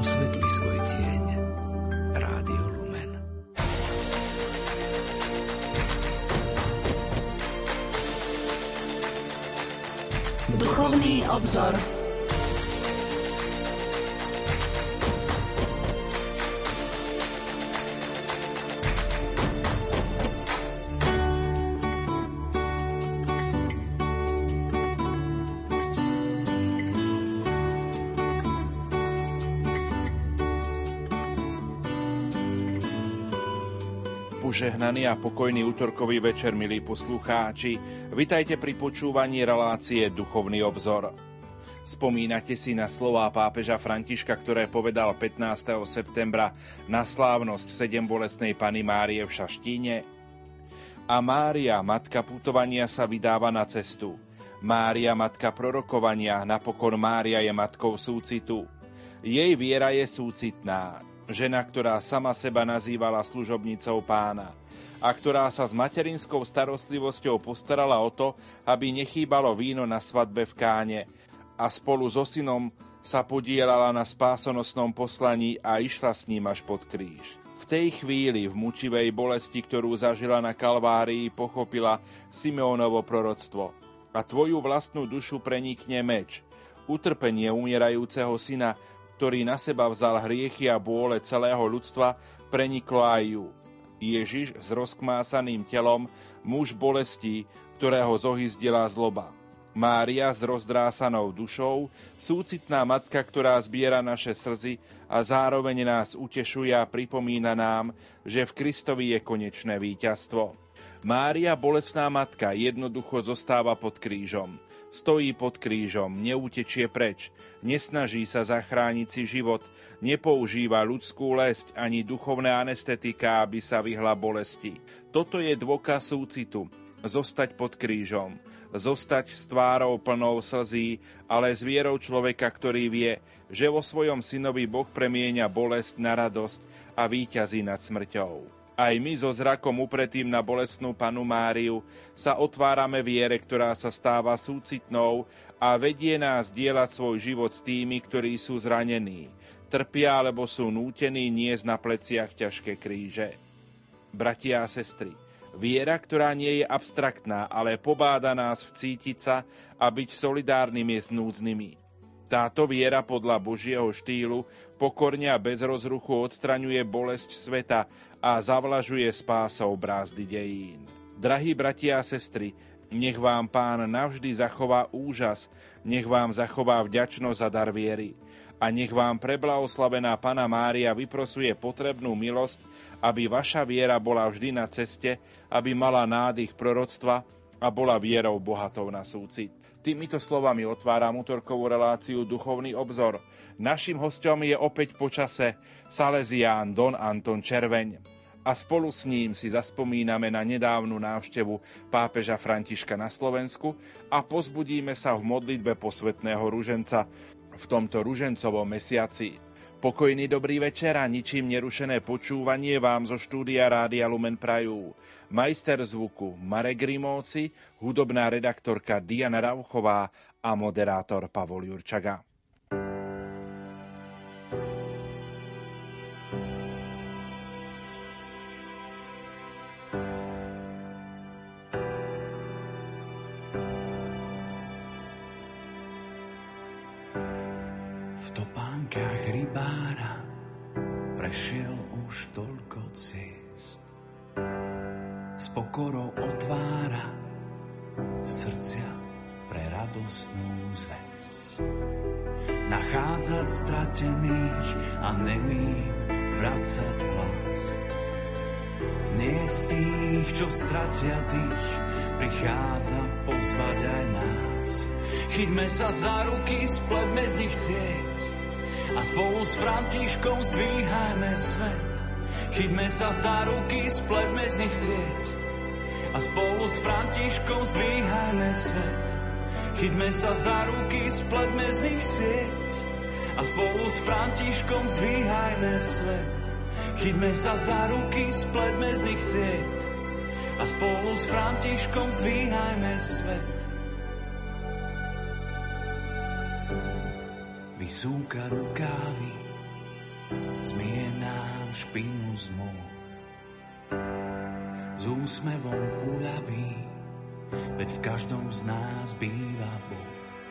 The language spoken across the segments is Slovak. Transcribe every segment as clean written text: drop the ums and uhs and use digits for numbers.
osvetli svoj tieň. Rádio Lumen. Duchovný obzor. Požehnaný a pokojný utorkový večer, milí poslucháči. Vitajte pri počúvaní relácie Duchovný obzor. Spomínate si na slová pápeža Františka, ktoré povedal 15. septembra na slávnosť sedembolestnej Panny Márie v Šaštíne? A Mária, matka putovania, sa vydáva na cestu. Mária, matka prorokovania, napokon Mária je matkou súcitu. Jej viera je súcitná. Žena, ktorá sama seba nazývala služobnicou Pána a ktorá sa s materinskou starostlivosťou postarala o to, aby nechýbalo víno na svadbe v Káne, a spolu so synom sa podielala na spásonosnom poslaní a išla s ním až pod kríž. V tej chvíli, v mučivej bolesti, ktorú zažila na Kalvárii, pochopila Simeónovo proroctvo. A tvoju vlastnú dušu prenikne meč. Utrpenie umierajúceho syna, ktorý na seba vzal hriechy a bôle celého ľudstva, preniklo aj ju. Ježiš s rozkmásaným telom, muž bolestí, ktorého zohyzdila zloba. Mária s rozdrásanou dušou, súcitná matka, ktorá zbiera naše slzy a zároveň nás utešuje a pripomína nám, že v Kristovi je konečné víťazstvo. Mária, bolestná matka, jednoducho zostáva pod krížom. Stojí pod krížom, neutečie preč, nesnaží sa zachrániť si život, nepoužíva ľudskú lesť ani duchovné anestetika, aby sa vyhla bolesti. Toto je dôkaz súcitu, zostať pod krížom, zostať s tvárou plnou slzí, ale s vierou človeka, ktorý vie, že vo svojom synovi Boh premieňa bolesť na radosť a víťazí nad smrťou. Aj my so zrakom upretým na bolestnú Pannu Máriu sa otvárame viere, ktorá sa stáva súcitnou a vedie nás dielať svoj život s tými, ktorí sú zranení, trpia alebo sú nútení niesť na pleciach ťažké kríže. Bratia a sestry, viera, ktorá nie je abstraktná, ale pobáda nás vcítiť sa a byť solidárnymi s núdznymi. Táto viera podľa Božieho štýlu pokorne a bez rozruchu odstraňuje bolesť sveta a zavlažuje spásou brázdy dejín. Drahí bratia a sestry, nech vám Pán navždy zachová úžas, nech vám zachová vďačnosť za dar viery a nech vám preblahoslavená Panna Mária vyprosuje potrebnú milosť, aby vaša viera bola vždy na ceste, aby mala nádych proroctva a bola vierou bohatou na súcit. Týmito slovami otváram utorkovú reláciu Duchovný obzor. Naším hosťom je opäť počase Salesián Don Anton Červeň. A spolu s ním si zaspomíname na nedávnu návštevu pápeža Františka na Slovensku a pozbudíme sa v modlitbe posvätného ruženca v tomto ružencovom mesiaci. Pokojný dobrý večer a ničím nerušené počúvanie vám zo štúdia Rádia Lumen prajú majster zvuku Marek Rimóci, hudobná redaktorka Diana Rauchová a moderátor Pavol Jurčaga. V topánkach rybára prešiel už toľko ciest. S pokorou otvára srdcia pre radostnú zvesť. Nachádzať stratených a nemým vracať hlas. Nie z tých, čo stratia dých, prichádza pozvať aj nás. Chyťme sa za ruky, spletme z nich sieť a spolu s Františkom zdvíhajme svet. Chyťme sa za ruky, spletme z nich sieť a spolu s Františkom zdvíhajme svet. Chyťme sa za ruky, spletme z nich sieť a spolu s Františkom zdvíhajme svet. Chyťme sa za ruky, spletme z nich sieť a spolu s Františkom zdvíhajme svet. Vysúka rukávy, zmije nám špinu z múch. S úsmevom uľaví, veď v každom z nás býva Boh.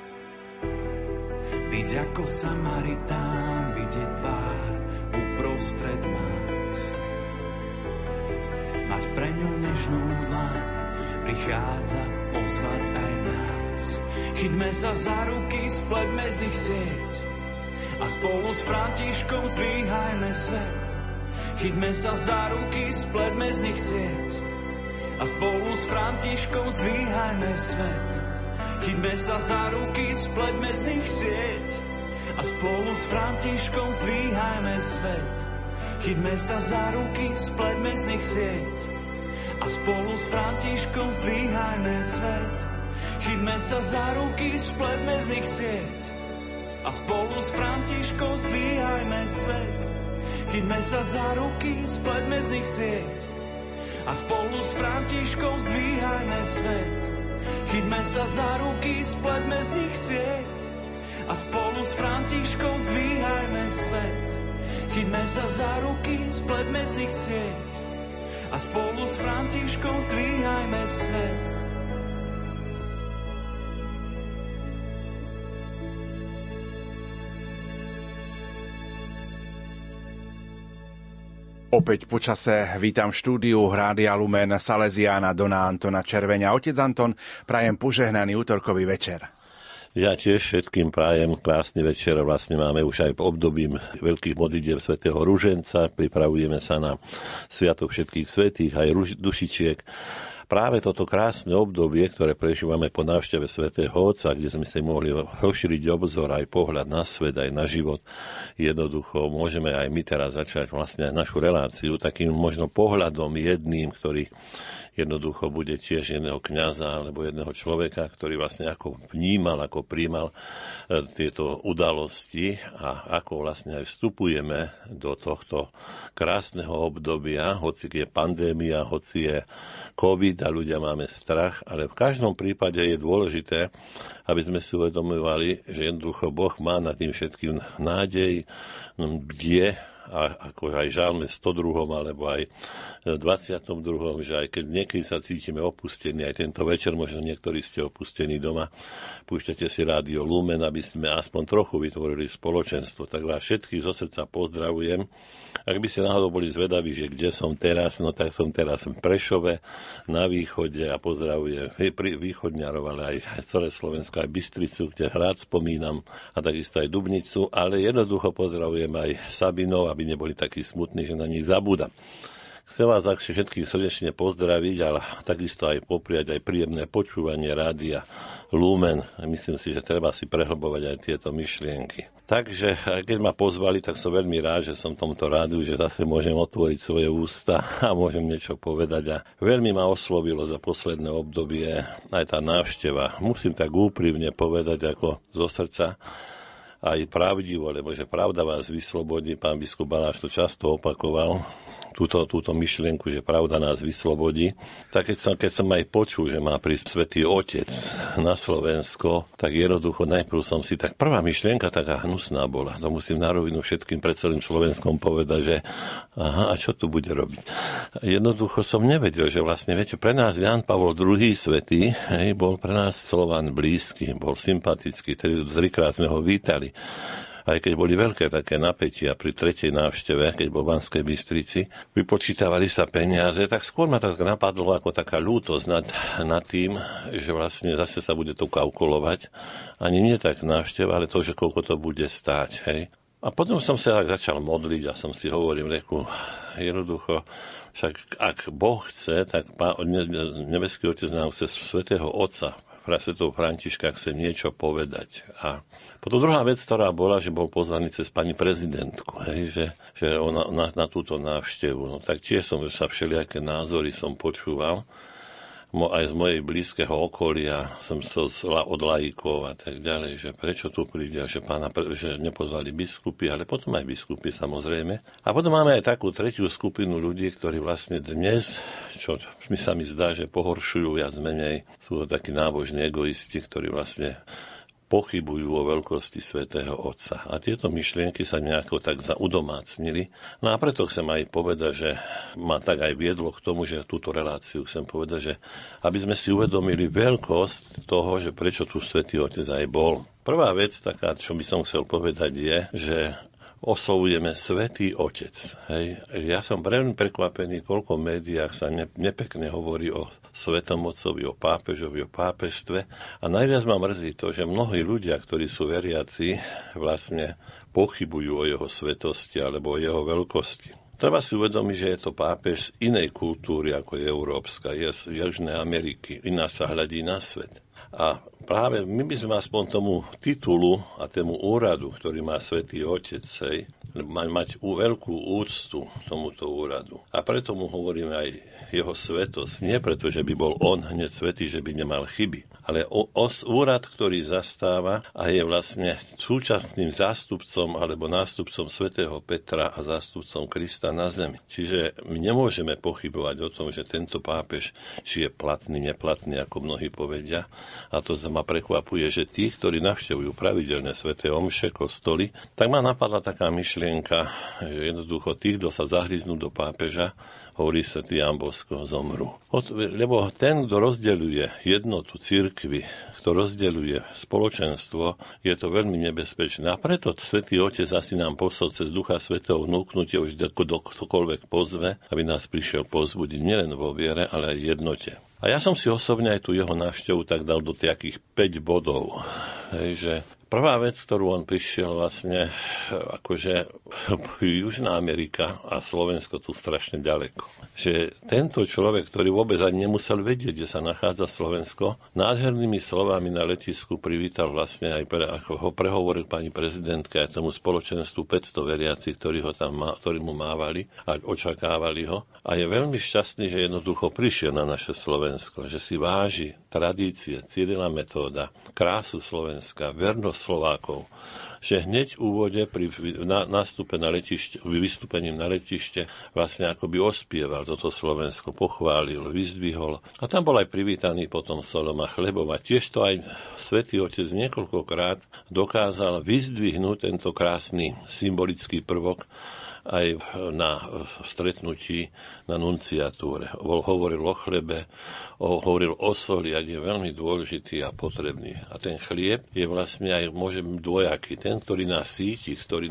Byť ako Samaritán, vidieť tvár uprostred más. Mať pre ňu nežnú dlaň, prichádza pozvať aj nás. Chyťme sa za ruky, spletme z nich sieť a spolu s Františkom zdvíhajme svet. Chyťme sa za ruky, spletme z nich sieť a spolu s Františkom zdvíhajme svet. Chyťme sa za ruky, spletme z nich sieť a spolu s Františkom zdvíhajme svet. Chyťme sa za ruky, spletme z nich sieť a spolu s Františkom zdvíhajme svet. Chyťme sa za ruky, spletme z nich sieť a spolu s Františkom zdvíhajme svet. Chyťme sa za ruky, spletme z nich sieť a spolu s Františkom zdvíhajme svet. Chyťme sa za ruky, spletme z nich sieť a spolu s Františkom zdvíhajme svet. Chyťme sa za ruky, spletme z nich sieť a spolu s Františkom zdvíhajme svet. Opäť po čase vítam v štúdiu Rádia Lumen Salesiána Dona Antona Červeňa. Otec Anton, prajem požehnaný útorkový večer. Ja tiež všetkým prajem krásny večer. Vlastne máme už aj po období veľkých modlitieb svätého Ruženca. Pripravujeme sa na sviatok všetkých svätých, aj dušičiek. Práve toto krásne obdobie, ktoré prežívame po návšteve svätého Otca, kde sme si mohli rozšíriť obzor, aj pohľad na svet, aj na život, jednoducho môžeme aj my teraz začať vlastne našu reláciu takým možno pohľadom jedným, ktorý jednoducho bude tiež jedného kňaza alebo jedného človeka, ktorý vlastne ako vnímal, ako príjmal tieto udalosti a ako vlastne aj vstupujeme do tohto krásneho obdobia, hoci je pandémia, hoci je COVID a ľudia máme strach, ale v každom prípade je dôležité, aby sme si uvedomovali, že jednoducho Boh má nad tým všetkým nádej, bdie, a ako aj žalme 102. alebo aj 22. že aj keď niekedy sa cítime opustení, aj tento večer možno niektorí ste opustení doma, púšťate si rádio Lumen, aby sme aspoň trochu vytvorili spoločenstvo. Tak vás všetkých zo srdca pozdravujem. Ak by ste náhodou boli zvedaví, že kde som teraz, no tak som teraz v Prešove na východe a pozdravujem východňarov, ale aj celé Slovensko, aj Bystricu, kde rád spomínam, a takisto aj Dubnicu, ale jednoducho pozdravujem aj Sabinov, aby neboli takí smutní, že na nich zabúdam. Chcem vás všetkých srdečne pozdraviť, ale takisto aj popriať aj príjemné počúvanie rádia Lumen. Myslím si, že treba si prehlbovať aj tieto myšlienky. Takže, keď ma pozvali, tak som veľmi rád, že som v tomto rádiu, že zase môžem otvoriť svoje ústa a môžem niečo povedať. A veľmi ma oslovilo za posledné obdobie aj tá návšteva. Musím tak úprimne povedať ako zo srdca, aj pravdivo, lebo že pravda vás vyslobodí. Pán biskup Baláš to často opakoval, túto myšlienku, že pravda nás vyslobodí. Tak keď som aj počul, že má prísť Svätý Otec na Slovensko, tak jednoducho najprv som si tak prvá myšlienka taká hnusná bola. To musím na rovinu všetkým pred celým Slovenskom povedať, že aha, a čo tu bude robiť? Jednoducho som nevedel, že vlastne, viete, pre nás Ján Pavol II svätý, bol pre nás Slovan blízky, bol sympatický, tedy 3-krát sme ho vítali. Aj keď boli veľké také napätia pri tretej návšteve, keď bol v Banskej Bystrici, vypočítavali sa peniaze, tak skôr ma tak napadlo ako taká ľútosť nad tým, že vlastne zase sa bude to kalkulovať. Ani nie tak návšteva, ale to, že koľko to bude stáť. Hej. A potom som sa začal modliť a som si hovoril, jednoducho, však ak Boh chce, tak nebeský Otec nám chce Svätého Otca, Svätého Františka chce niečo povedať. A potom druhá vec, ktorá bola, že bol pozvaný cez pani prezidentku, že ona na túto návštevu. No tak tiež som sa všelijaké názory som počúval. Aj z mojej blízkeho okolia som sa od laikov a tak ďalej, že prečo tu príde, že nepozvali biskupy, ale potom aj biskupy samozrejme. A potom máme aj takú tretiu skupinu ľudí, ktorí vlastne dnes, čo mi zdá, že pohoršujú viac menej, sú to takí nábožní egoisti, ktorí vlastne pochybujú o veľkosti svätého Otca. A tieto myšlienky sa nejako tak udomácnili. No a preto chcem aj povedať, že ma tak aj viedlo k tomu, že túto reláciu chcem povedať, že aby sme si uvedomili veľkosť toho, že prečo tu svätý Otec aj bol. Prvá vec taká, čo by som chcel povedať, je, že oslovujeme Svätý Otec. Hej. Ja som veľmi prekvapený, koľko v médiách sa nepekne hovorí o Svätom Otcovi, o pápežovi, o pápežstve. A najviac ma mrzí to, že mnohí ľudia, ktorí sú veriaci, vlastne pochybujú o jeho svetosti alebo o jeho veľkosti. Treba si uvedomiť, že je to pápež z inej kultúry, ako je európska, je z Južnej Ameriky. Iná sa hľadí na svet. A práve my by sme aspoň tomu titulu a tému úradu, ktorý má Svätý Otec, mať veľkú úctu tomuto úradu. A preto mu hovoríme aj jeho svetosť. Nie preto, že by bol on hneď svätý, že by nemal chyby, ale úrad, ktorý zastáva a je vlastne súčasným zástupcom alebo nástupcom svätého Petra a zástupcom Krista na zemi. Čiže my nemôžeme pochybovať o tom, že tento pápež, či je platný, neplatný, ako mnohí povedia. A to ma prekvapuje, že tí, ktorí navštevujú pravidelné sväté omše, kostoly, tak ma napadla taká myšlienka, že jednoducho tí, kto sa zahryznú do pápeža, hovorí svätý Ján Bosko, zomru. Lebo ten, kto rozdeľuje jednotu cirkvi, kto rozdeľuje spoločenstvo, je to veľmi nebezpečné. A preto Svätý Otec asi nám poslal cez Ducha Svätého vnúknutie, už ktokoľvek pozve, aby nás prišiel pozbudiť nielen vo viere, ale aj jednote. A ja som si osobne aj tu jeho návštevu tak dal do takých 5 bodov. Že prvá vec, ktorú on prišiel vlastne, akože Južná Amerika a Slovensko tu strašne ďaleko. Že tento človek, ktorý vôbec ani nemusel vedieť, kde sa nachádza Slovensko, nádhernými slovami na letisku privítal vlastne aj ako ho prehovoril pani prezidentka aj tomu spoločenstvu 500 veriacich, ktorí mu mávali a očakávali ho. A je veľmi šťastný, že jednoducho prišiel na naše Slovensko, že si váži tradície, Cyrila Metóda, krásu Slovenska, vernosť Slovákov, že hneď v úvode pri nástupe na letište, vystúpením na letište vlastne akoby ospieval toto Slovensko, pochválil, vyzdvihol. A tam bol aj privítaný potom solom a chlebom. A tiež to aj Svätý Otec niekoľkokrát dokázal vyzdvihnúť tento krásny symbolický prvok aj na stretnutí na nunciatúre. Hovoril o chlebe, hovoril o soli, ak je veľmi dôležitý a potrebný. A ten chlieb je vlastne aj, môže byť dvojaký. Ten, ktorý nás síti, ktorý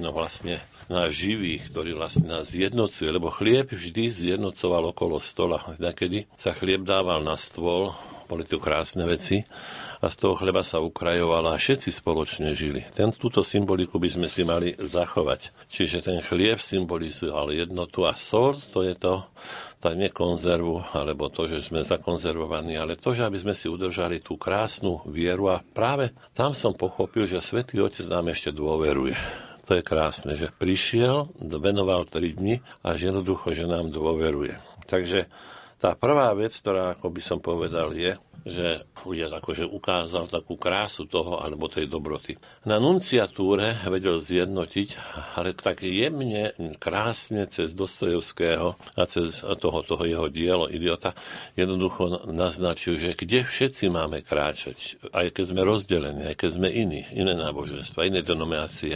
nás živí, ktorý vlastne nás zjednocuje, lebo chlieb vždy zjednocoval okolo stola. Nakedy sa chlieb dával na stôl, boli to krásne veci, a z toho chleba sa ukrajovala a všetci spoločne žili. Túto symboliku by sme si mali zachovať. Čiže ten chlieb symbolizoval jednotu a sol, to je to nie konzervu, alebo to, že sme zakonzervovaní, ale to, že aby sme si udržali tú krásnu vieru. A práve tam som pochopil, že Svätý Otec nám ešte dôveruje. To je krásne, že prišiel, venoval 3 dni a že jednoducho, že nám dôveruje. Takže tá prvá vec, ktorá, ako by som povedal, je, že akože ukázal takú krásu toho, alebo tej dobroty. Na nunciatúre vedel zjednotiť, ale tak jemne, krásne cez Dostojevského a cez toho jeho dielo Idiota jednoducho naznačil, že kde všetci máme kráčať, aj keď sme rozdelení, aj keď sme iné náboženstva, iné denominácie.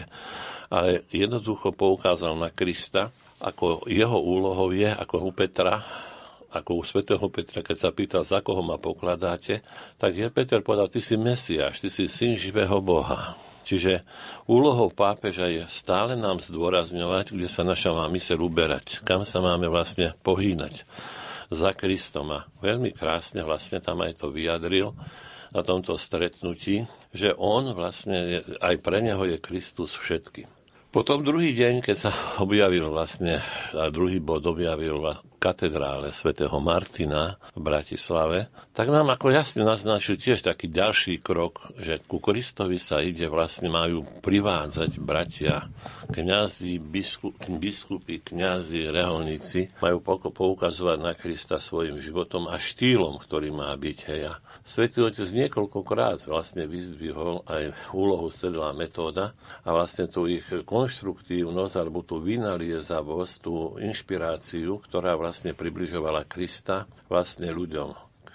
Ale jednoducho poukázal na Krista, ako jeho úlohou je, ako u Petra, ako u svätého Petra, keď sa pýtal, za koho ma pokladáte, tak Peter povedal, ty si Mesiáš, ty si syn živého Boha. Čiže úlohou pápeža je stále nám zdôrazňovať, kde sa naša má myseľ uberať, kam sa máme vlastne pohýnať za Kristom. A veľmi krásne vlastne tam aj to vyjadril na tomto stretnutí, že on vlastne, aj pre neho je Kristus všetkým. Potom druhý deň, keď sa objavil vlastne, a druhý bod objavil v katedrále svätého Martina v Bratislave, tak nám ako jasne naznačil tiež taký ďalší krok, že ku Kristovi sa ide, vlastne majú privádzať bratia, kňazi, biskupy, kňazi, reholníci, majú poukazovať na Krista svojim životom a štýlom, ktorý má byť. Hej. Svätý Otec niekoľkokrát vlastne vyzdvihol aj úlohu Cyrila Metóda a vlastne tú ich konštruktívnosť alebo tú vynaliezavosť, tú inšpiráciu, ktorá vlastne približovala Krista vlastne ľuďom.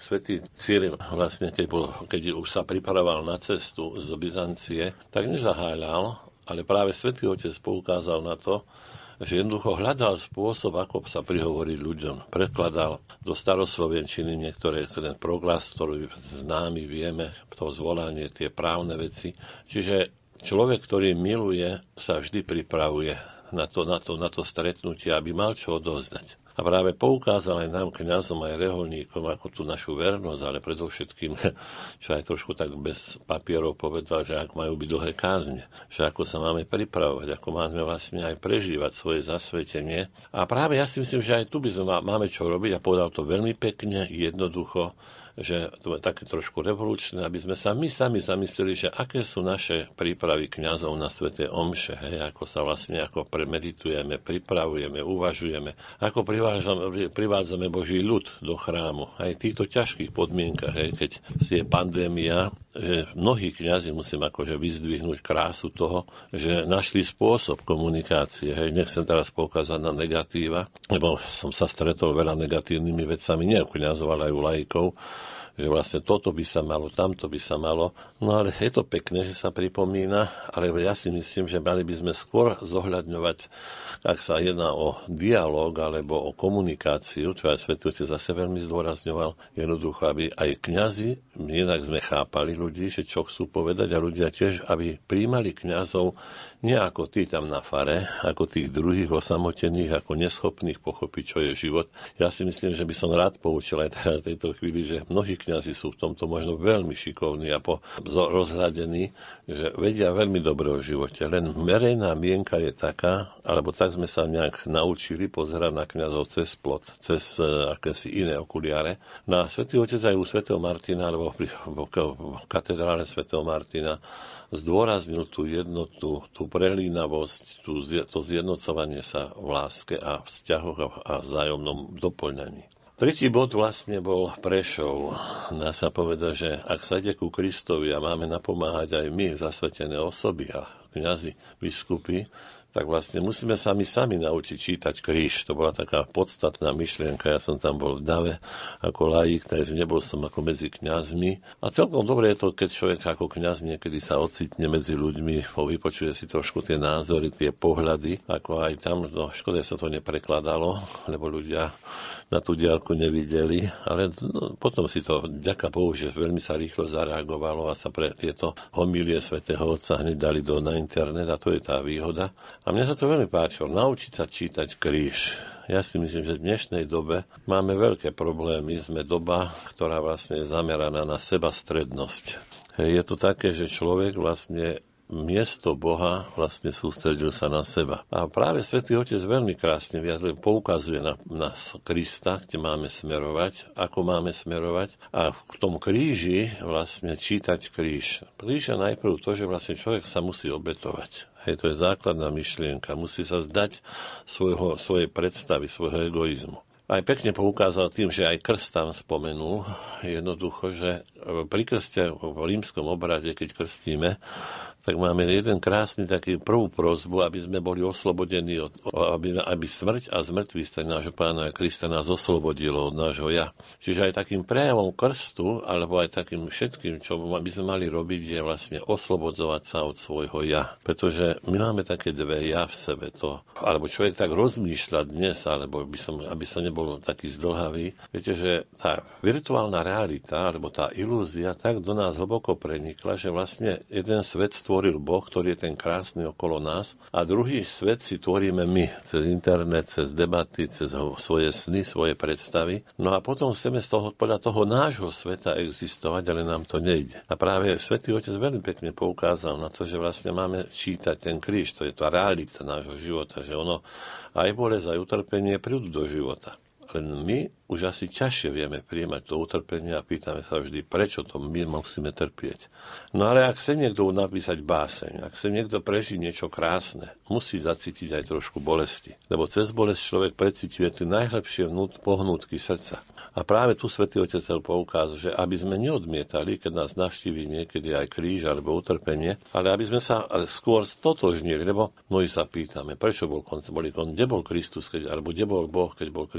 Svätý Cyril vlastne, keď už sa pripravoval na cestu z Byzancie, tak nezaháľal, ale práve Svätý Otec poukázal na to, že jednoducho hľadal spôsob, ako sa prihovoriť ľuďom. Prekladal do staroslovenčiny niektoré ten proglas, ktorý známy vieme, to zvolanie, tie právne veci. Čiže človek, ktorý miluje, sa vždy pripravuje na to stretnutie, aby mal čo odovzdať. A práve poukázal aj nám, kňazom, aj reholníkom, ako tú našu vernosť, ale predovšetkým, čo aj trošku tak bez papierov povedal, že ak majú byť dlhé kázne, že ako sa máme pripravovať, ako máme vlastne aj prežívať svoje zasvetenie. A práve ja si myslím, že aj tu by sme máme čo robiť a povedal to veľmi pekne, jednoducho, že to je také trošku revolučné, aby sme sa my sami zamysleli, že aké sú naše prípravy kňazov na sväté omše, ako sa vlastne ako premeditujeme, pripravujeme, uvažujeme, ako privádzame Boží ľud do chrámu. Aj v týchto ťažkých podmienkach, keď je pandémia, že mnohí kňazi, musím akože vyzdvihnúť krásu toho, že našli spôsob komunikácie. Nechcem teraz poukázať na negatíva, lebo som sa stretol veľa negatívnymi vecami, nie u kňazov, ale aj u laikov, že vlastne toto by sa malo, tamto by sa malo. No ale je to pekné, že sa pripomína, ale ja si myslím, že mali by sme skôr zohľadňovať, ak sa jedná o dialóg alebo o komunikáciu, čo aj Svätý Otec zase veľmi zdôrazňoval, jednoducho, aby aj kňazi, inak sme chápali ľudí, že čo chcú povedať, a ľudia tiež, aby prijímali kňazov nie ako tí tam na fare, ako tých druhých osamotených, ako neschopných pochopiť, čo je život. Ja si myslím, že by som rád poučil aj v tejto chvíli, že mnohí kňazi sú v tomto možno veľmi šikovní a rozhľadení, že vedia veľmi dobre o živote. Len verejná mienka je taká, alebo tak sme sa nejak naučili pozerať na kňazov cez plot, cez akési iné okuliare. Na Svätý Otec aj u svätého Martina, alebo v katedrále svätého Martina zdôraznil tú jednotu, tú prelínavosť, to zjednocovanie sa v láske a vzťahoch a vzájomnom doplňaní. Tretí bod vlastne bol Prešov. Dá sa povedať, že ak sa ide ku Kristovi a máme napomáhať aj my, zasvetené osoby a kňazi, biskupy, tak vlastne musíme sa my sami naučiť čítať kríž. To bola taká podstatná myšlienka. Ja som tam bol v dave ako laik, takže nebol som ako medzi kňazmi. A celkom dobre je to, keď človek ako kňaz niekedy sa ocitne medzi ľuďmi, vypočuje si trošku tie názory, tie pohľady, ako aj tam, no škoda sa to neprekladalo, lebo ľudia na tú diaľku nevideli, ale potom si to, ďaká Bohu, že veľmi sa rýchlo zareagovalo a sa pre tieto homílie svätého Otca hneď dali na internet, a to je tá výhoda. A mne sa to veľmi páčilo, naučiť sa čítať kríž. Ja si myslím, že v dnešnej dobe máme veľké problémy. Sme doba, ktorá vlastne je zameraná na sebastrednosť. Je to také, že človek vlastne miesto Boha vlastne sústredil sa na seba. A práve Svätý Otec veľmi krásne poukazuje na Krista, kde máme smerovať, ako máme smerovať, a v tom kríži vlastne čítať kríž. Kríž je najprv to, že vlastne človek sa musí obetovať. To je základná myšlienka. Musí sa zdať svojej predstavy, svojho egoizmu. Aj pekne poukázal tým, že aj krst tam spomenul, jednoducho, že pri krste v rímskom obrade, keď krstíme, tak máme jeden krásny taký prvú prosbu, aby sme boli oslobodení, aby smrť a zmŕtvychvstanie nášho Pána Krista nás oslobodilo od nášho ja. Čiže aj takým prejavom krstu, alebo aj takým všetkým, čo by sme mali robiť, je vlastne oslobodzovať sa od svojho ja. Pretože my máme také dve ja v sebe. Alebo človek tak rozmýšľa dnes, alebo aby som nebol taký zdĺhavý. Viete, že tá virtuálna realita, alebo tá ilúzia tak do nás hlboko prenikla, že vlastne jeden svet stvoril Boh, ktorý je ten krásny okolo nás, a druhý svet si tvoríme my, cez internet, cez debaty, cez svoje sny, svoje predstavy. No a potom chceme podľa toho nášho sveta existovať, ale nám to nejde. A práve Svätý Otec veľmi pekne poukázal na to, že vlastne máme čítať ten kríž, to je tá realita nášho života, že ono aj bolesť, aj utrpenie prídu do života. Len my už asi ťažšie vieme prijímať to utrpenie a pýtame sa vždy, prečo to my musíme trpieť. No ale ak chce niekto napísať báseň, ak chce niekto prežiť niečo krásne, musí zacítiť aj trošku bolesti. Lebo cez bolesť človek precíťuje tie najlepšie pohnútky srdca. A práve tu Svätý Otec chcel poukázať, že aby sme neodmietali, keď nás navštíví niekedy aj kríž alebo utrpenie, ale aby sme sa skôr stotožnili, lebo mnohí sa pýtame, prečo kde bol Kristus, alebo kde bol Boh, keď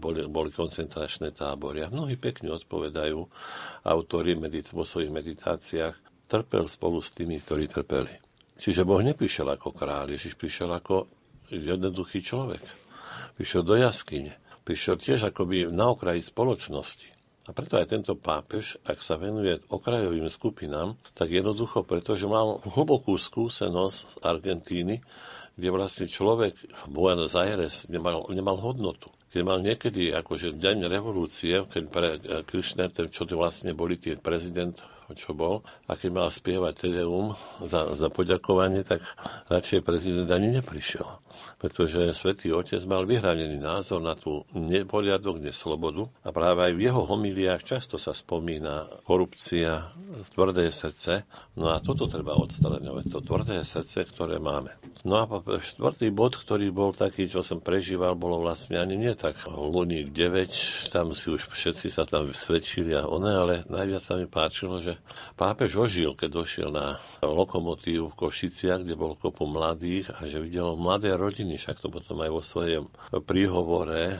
boli koncentračné tábory. A mnohí pekne odpovedajú autori vo svojich meditáciách, trpel spolu s tými, ktorí trpeli. Čiže Boh neprišiel ako kráľ, Ježiš prišiel ako jednoduchý človek. Prišiel do jaskyne. Prišiel tiež akoby na okraji spoločnosti. A preto aj tento pápež, ak sa venuje okrajovým skupinám, tak jednoducho, pretože mal hlbokú skúsenosť z Argentíny, kde vlastne človek v Buenos Aires nemal hodnotu. Keď mal niekedy akože deň revolúcie, keď pre Kirchner, čo to vlastne boli tie prezident, čo bol, a keď mal spievať Tedeum za poďakovanie, tak radšej prezident ani neprišiel. Pretože Svätý Otec mal vyhranený názor na tú neporiadok, neslobodu a práve aj v jeho homiliách často sa spomína korupcia, tvrdé srdce. No a toto treba odstraňovať, to tvrdé srdce, ktoré máme. No a štvrtý bod, ktorý bol taký, čo som prežíval, bolo vlastne ani nie tak Luník 9, tam si už všetci sa tam svedčili a ale najviac sa mi páčilo, že pápež ožil, keď došiel na lokomotívu v Košiciach, kde bol kopu mladých a že videl mladé rodiny, však to potom aj vo svojom príhovore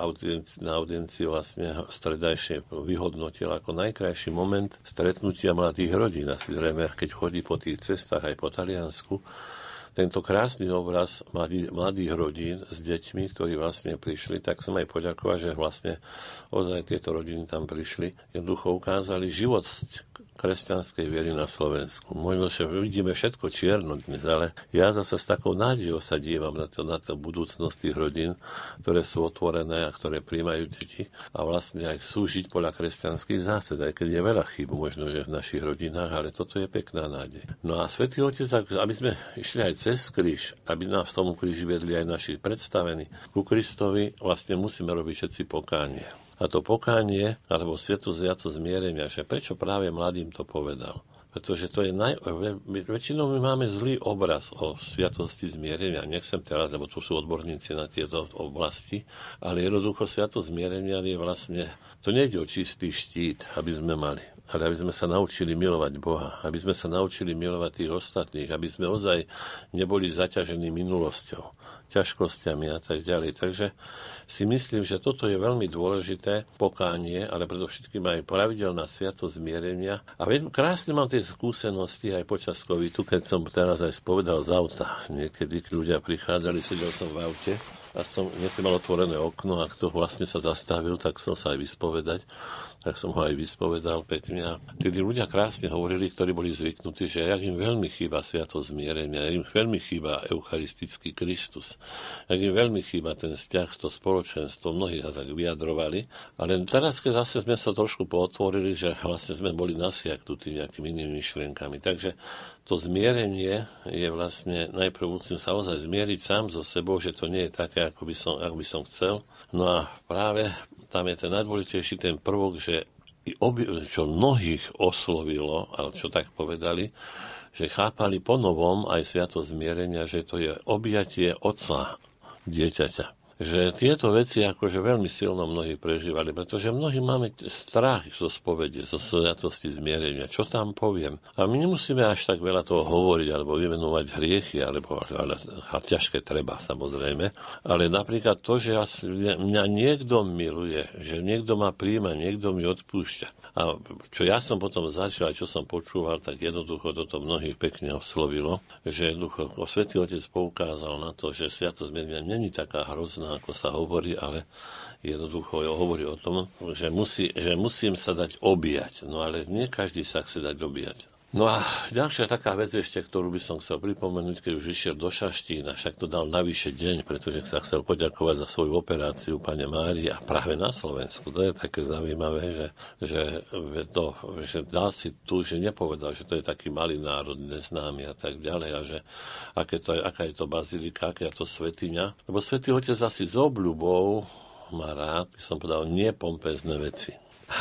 na audiencii vlastne stredajšie vyhodnotil ako najkrajší moment stretnutia mladých rodín. Asi zrejme, keď chodí po tých cestách aj po Taliansku, tento krásny obraz mladých rodín s deťmi, ktorí vlastne prišli, tak som aj poďakovať, že vlastne ozaj tieto rodiny tam prišli. Jednoducho ukázali život kresťanskej viery na Slovensku. Možno, že vidíme všetko čierno dnes, ale ja zase s takou nádejou sa dívam na tú budúcnosť tých rodín, ktoré sú otvorené a ktoré prijímajú deti a vlastne aj chcú žiť podľa kresťanských zásad, aj keď je veľa chýb možno, že v našich rodinách, ale toto je pekná nádej. No a Svätý Otec, aby sme išli aj cez kríž, aby nás v tomu kríži vedli aj naši predstavení ku Kristovi, vlastne musíme robiť všetci pokánie. A to pokánie, alebo svätosť zmierenia, že prečo práve mladým to povedal? Pretože to je väčšinou my máme zlý obraz o sviatosti zmierenia. Nechcem teraz, lebo tu sú odborníci na tieto oblasti, ale jednoducho sviatosť zmierenia je vlastne, to nejde o čistý štít, aby sme mali, ale aby sme sa naučili milovať Boha, aby sme sa naučili milovať tých ostatných, aby sme ozaj neboli zaťažení minulosťou, ťažkosťami a tak ďalej. Takže si myslím, že toto je veľmi dôležité pokánie, ale predovšetkým aj pravidelná sviatosť zmierenia. A krásne mám tie skúsenosti aj počas covidu, keď som teraz aj spovedal z auta. Niekedy, keď ľudia prichádzali, sedel som v aute a som mal otvorené okno a kto vlastne sa zastavil, tak som sa aj vyspovedať. Tak som ho aj vyspovedal pekne. A tedy ľudia krásne hovorili, ktorí boli zvyknutí, že jak im veľmi chýba sviatosť zmierenia, jak im veľmi chýba eucharistický Kristus, jak im veľmi chýba ten vzťah, to spoločenstvo, mnohí sa tak vyjadrovali. Ale teraz, keď zase sme sa trošku pootvorili, že vlastne sme boli nasiaknutí nejakými inými myšlienkami. Takže to zmierenie je vlastne, najprv musím sa ozaj zmieriť sám so sebou, že to nie je také, ako by som chcel. No a práve tam je ten najdôležitejší ten prvok, že čo mnohých oslovilo, ale čo tak povedali, že chápali po novom aj sviatosť zmierenia, že to je objatie otca dieťaťa. Že tieto veci akože veľmi silno mnohí prežívali, pretože mnohí máme strach zo spovede, zo sviatosti zmierenia. Čo tam poviem? A my nemusíme až tak veľa toho hovoriť alebo vymenovať hriechy, ale ťažké treba, samozrejme. Ale napríklad to, že mňa niekto miluje, že niekto ma príjma, niekto mi odpúšťa. A čo ja som potom začal, čo som počúval, tak jednoducho toto mnohých pekne oslovilo, že jednoducho Svätý Otec poukázal na to, že sviatosť zmierenia není taká hrozná, ako sa hovorí, ale jednoducho hovorí o tom, že musím sa dať objať. No ale nie každý sa chce dať objať. No a ďalšia taká vec ešte, ktorú by som chcel pripomenúť, keď už išiel do Šaštína, však to dal navyše deň, pretože sa chcel poďakovať za svoju operáciu Pane Márii a práve na Slovensku. To je také zaujímavé, že dal si tu, že nepovedal, že to je taký malý národ neznámy a tak ďalej a že aká je to bazilika, aká je to svätyňa. Lebo Svätý Otec asi s obľubou má rád, by som povedal, nepompezné veci.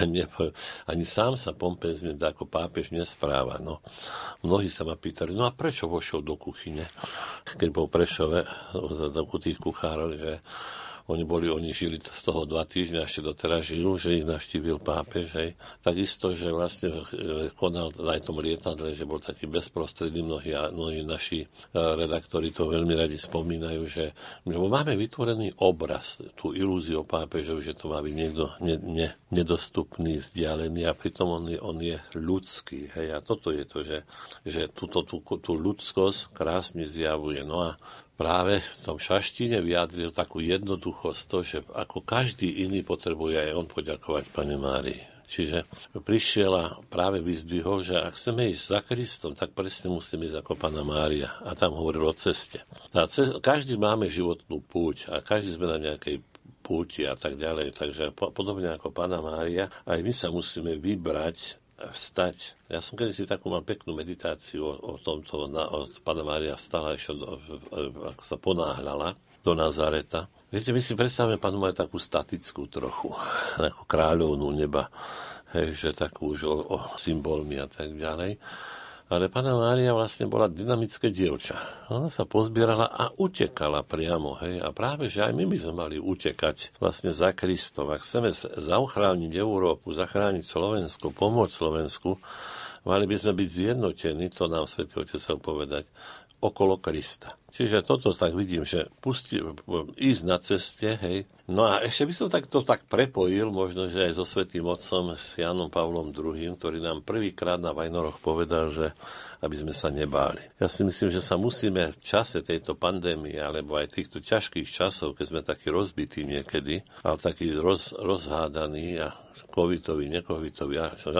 Ani sám sa pompezne ako pápež nespráva. No. Mnohí sa ma pýtali, no a prečo vošiel do kuchyne, keď bol v Prešove u tých kuchárov, že Oni žili z toho 2 týždňa, ešte doteraz žijú, že ich navštívil pápež. Hej. Takisto, že vlastne konal aj tom lietadle, že bol taký bezprostredný, mnohí naši redaktori to veľmi radi spomínajú, že máme vytvorený obraz, tú ilúziu o pápežovi, že to má byť niekto nedostupný, vzdialený a pritom on je ľudský. Hej. A toto je to, že tú ľudskosť krásne zjavuje. No a práve v tom Šaštíne vyjadril takú jednoduchosť, to, že ako každý iný potrebuje aj on poďakovať Pane Márii. Čiže prišiel a práve vyzdvihol, že ak chceme ísť za Kristom, tak presne musíme ísť ako Panna Mária. A tam hovoril o ceste. Každý máme životnú púť a každý sme na nejakej púti a tak ďalej. Takže podobne ako Panna Mária, aj my sa musíme vybrať, vstať. Ja som kedysi takú mal peknú meditáciu o tomto, Panna Mária vstala ešte, ako sa ponáhľala do Nazareta. Viete, my si predstavíme Pannu Máriu takú statickú trochu, ako kráľovnú neba, hej, že takú už o symbolmi a tak ďalej. Ale Panna Mária vlastne bola dynamické dievča. Ona sa pozbierala a utekala priamo. Hej. A práve, že aj my by sme mali utekať vlastne za Kristom. Ak chceme zachrániť Európu, zachrániť Slovensko, pomôcť Slovensku, mali by sme byť zjednotení, to nám Svätý Otec chcel povedať, okolo Krista. Čiže toto tak vidím, že ísť na ceste, hej. No a ešte by som to tak prepojil, možno, že aj so Svätým Otcom, s Jánom Pavlom II, ktorý nám prvýkrát na Vajnoroch povedal, že aby sme sa nebáli. Ja si myslím, že sa musíme v čase tejto pandémie, alebo aj týchto ťažkých časov, keď sme takí rozbití niekedy, ale takí rozhádaní a covidovi, necovidovi,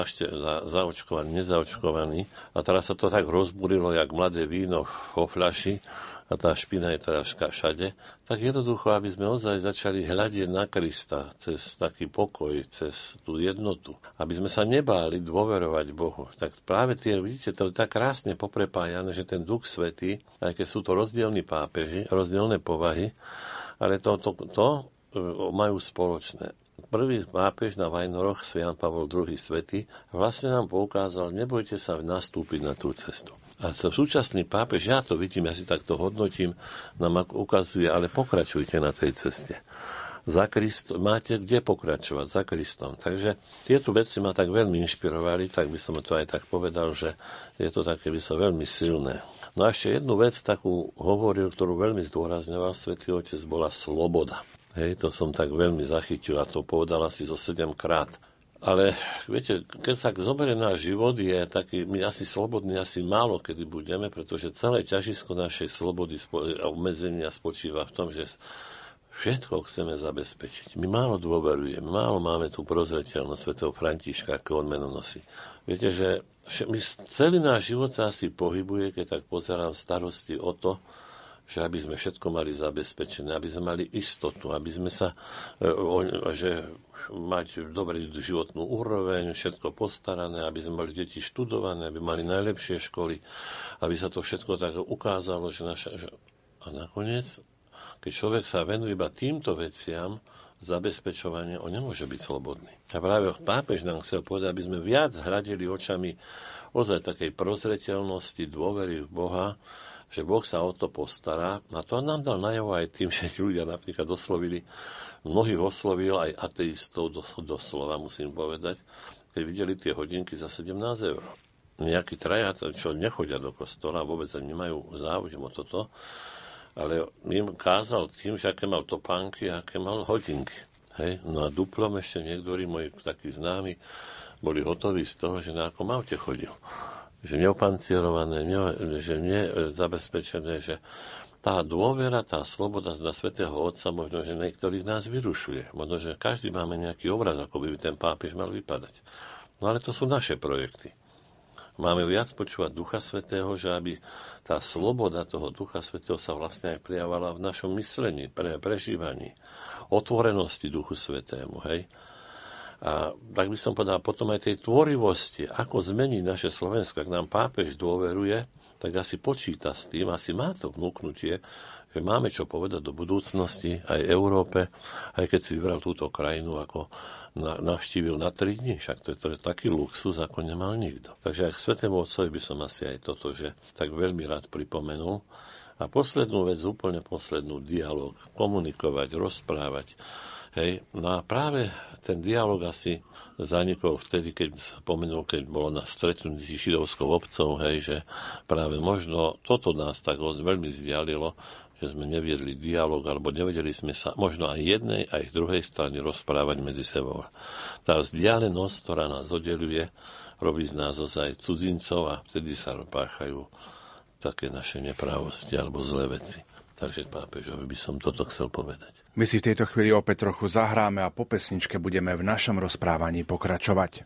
zaočkovaní, nezaočkovaní. A teraz sa to tak rozbúrilo, jak mladé víno vo fľaši, a tá špina je teraz všade, tak jednoducho, aby sme ozaj začali hľadiť na Krista cez taký pokoj, cez tú jednotu, aby sme sa nebáli dôverovať Bohu. Tak práve vidíte, to je tak krásne poprepájané, že ten Duch Svätý, aj keď sú to rozdielni pápeži, rozdielne povahy, ale to majú spoločné. Prvý pápež na Vajnoroch, Ján Pavol II Svätý, vlastne nám poukázal, nebojte sa nastúpiť na tú cestu. A to súčasný pápež, ja to vidím, ja si takto hodnotím, nám ukazuje, ale pokračujte na tej ceste. Za Kristom, máte kde pokračovať, za Kristom. Takže tieto veci ma tak veľmi inšpirovali, tak by som to aj tak povedal, že je to také, by som veľmi silné. No a ešte jednu vec takú hovoril, ktorú veľmi zdôrazňoval Svätý Otec, bola sloboda. Hej, to som tak veľmi zachytil a to povedal asi zo 7 krát. Ale viete, keď sa zoberie náš život, je taký, my asi slobodní, asi málo kedy budeme, pretože celé ťažisko našej slobody a obmedzenia spočíva v tom, že všetko chceme zabezpečiť. My málo dôverujeme, málo máme tú prozreteľnosť svätého Františka, ako on meno nosí. Viete, že celý náš život sa asi pohybuje, keď tak pozerám starosti o to, že aby sme všetko mali zabezpečené, aby sme mali istotu, aby sme sa, že mať dobrú životnú úroveň, všetko postarané, aby sme mali deti študované, aby mali najlepšie školy, aby sa to všetko tak ukázalo, že a nakoniec, keď človek sa venuje iba týmto veciam, zabezpečovanie, on nemôže byť slobodný. A práve pápež nám chcel povedať, aby sme viac hľadeli očami ozaj takej prozreteľnosti, dôvery v Boha, že Boh sa o to postará. A to nám dal najavo aj tým, že ľudia napríklad mnohých oslovil aj ateistov doslova, musím povedať, keď videli tie hodinky za 17 €. Nejakí traja, čo nechodia do kostola, vôbec nemajú záujem o toto, ale im kázal tým, že aké mal topánky a aké mal hodinky. Hej? No a duplom ešte niektorí moji takí známi boli hotoví z toho, že na akom aute chodil. Že neopancierované, že nezabezpečené, že tá dôvera, tá sloboda na Svätého Otca možno, že niektorých nás vyrušuje. Možno, že každý máme nejaký obraz, ako by ten pápež mal vypadať. No ale to sú naše projekty. Máme viac počúvať Ducha Svätého, že aby tá sloboda toho Ducha Svätého sa vlastne aj prejavovala v našom myslení, prežívaní, otvorenosti Duchu Svätému, hej. A tak by som povedal potom aj tej tvorivosti, ako zmeniť naše Slovensko. Ak nám pápež dôveruje, tak asi počíta s tým, asi má to vnúknutie, že máme čo povedať do budúcnosti aj Európe, aj keď si vybral túto krajinu, ako navštívil na 3 dní, však to je taký luxus, ako nemal nikto. Takže aj k Svätému Otcovi by som asi aj toto, že tak veľmi rád pripomenul. A A poslednú vec, úplne poslednú, dialog, komunikovať, rozprávať. Hej. No a práve ten dialog asi zanikol vtedy, keď bolo na stretnutí židovskou obcov, hej, že práve možno toto nás tak veľmi vzdialilo, že sme neviedli dialog, alebo nevedeli sme sa možno aj jednej, aj druhej strany rozprávať medzi sebou. Tá vzdialenosť, ktorá nás oddeluje, robí z nás ozaj cudzincov a vtedy sa páchajú také naše neprávosti alebo zlé veci. Takže pápežovi by som toto chcel povedať. My si v tejto chvíli opäť trochu zahráme a po pesničke budeme v našom rozprávaní pokračovať.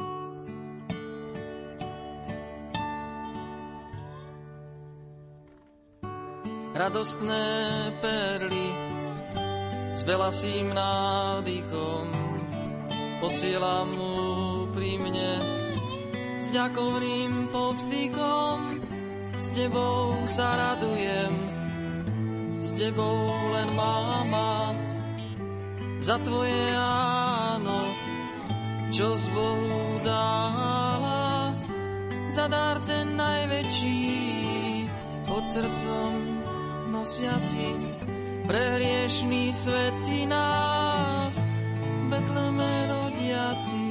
Radostné perly s belasým nádychom posielam mu pri mne s ďakovným povzdychom. S tebou sa radujem, s tebou len máma, za tvoje áno, čo z Bohu dala, za dar ten najväčší, pod srdcom nosiaci, pre hriešný svet i nás, Betleme rodiaci.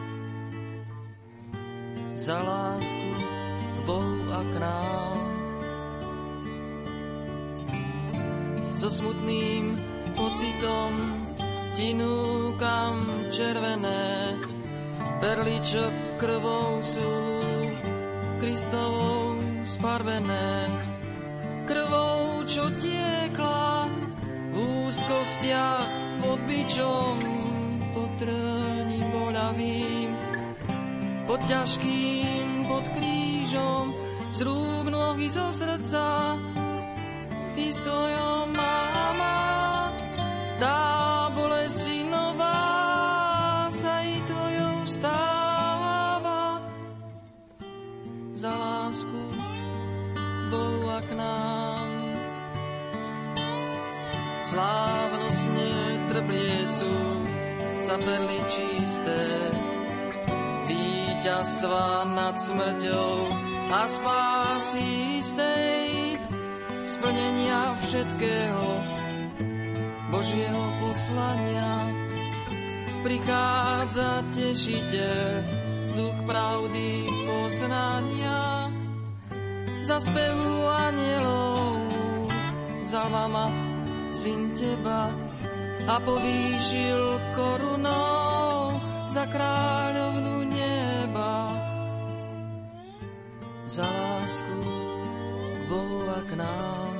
Za lásku k Bohu a k nám, so smutným pocitom ti núkam červené perly, čo krvou sú Kristovou sfarbené. Krvou, čo tiekla v úzkostiach pod bičom, pod trním boľavým, pod ťažkým, pod krížom, z rúk, nohy, zo srdca. Ty s tvojou máma, tá bolesť synová sa i tvojou stáva. Za lásku Bohu a k nám, slávnostne trbliecú sa perly čisté, víťazstva nad smrťou a spásy istej, splnenia všetkého Božieho poslania. Prichádza tešiteľ, duch pravdy poznania, za spevu anielov zalama syn teba a povýšil korunou za kráľovnu neba. Za lásku k Bohu a k nám.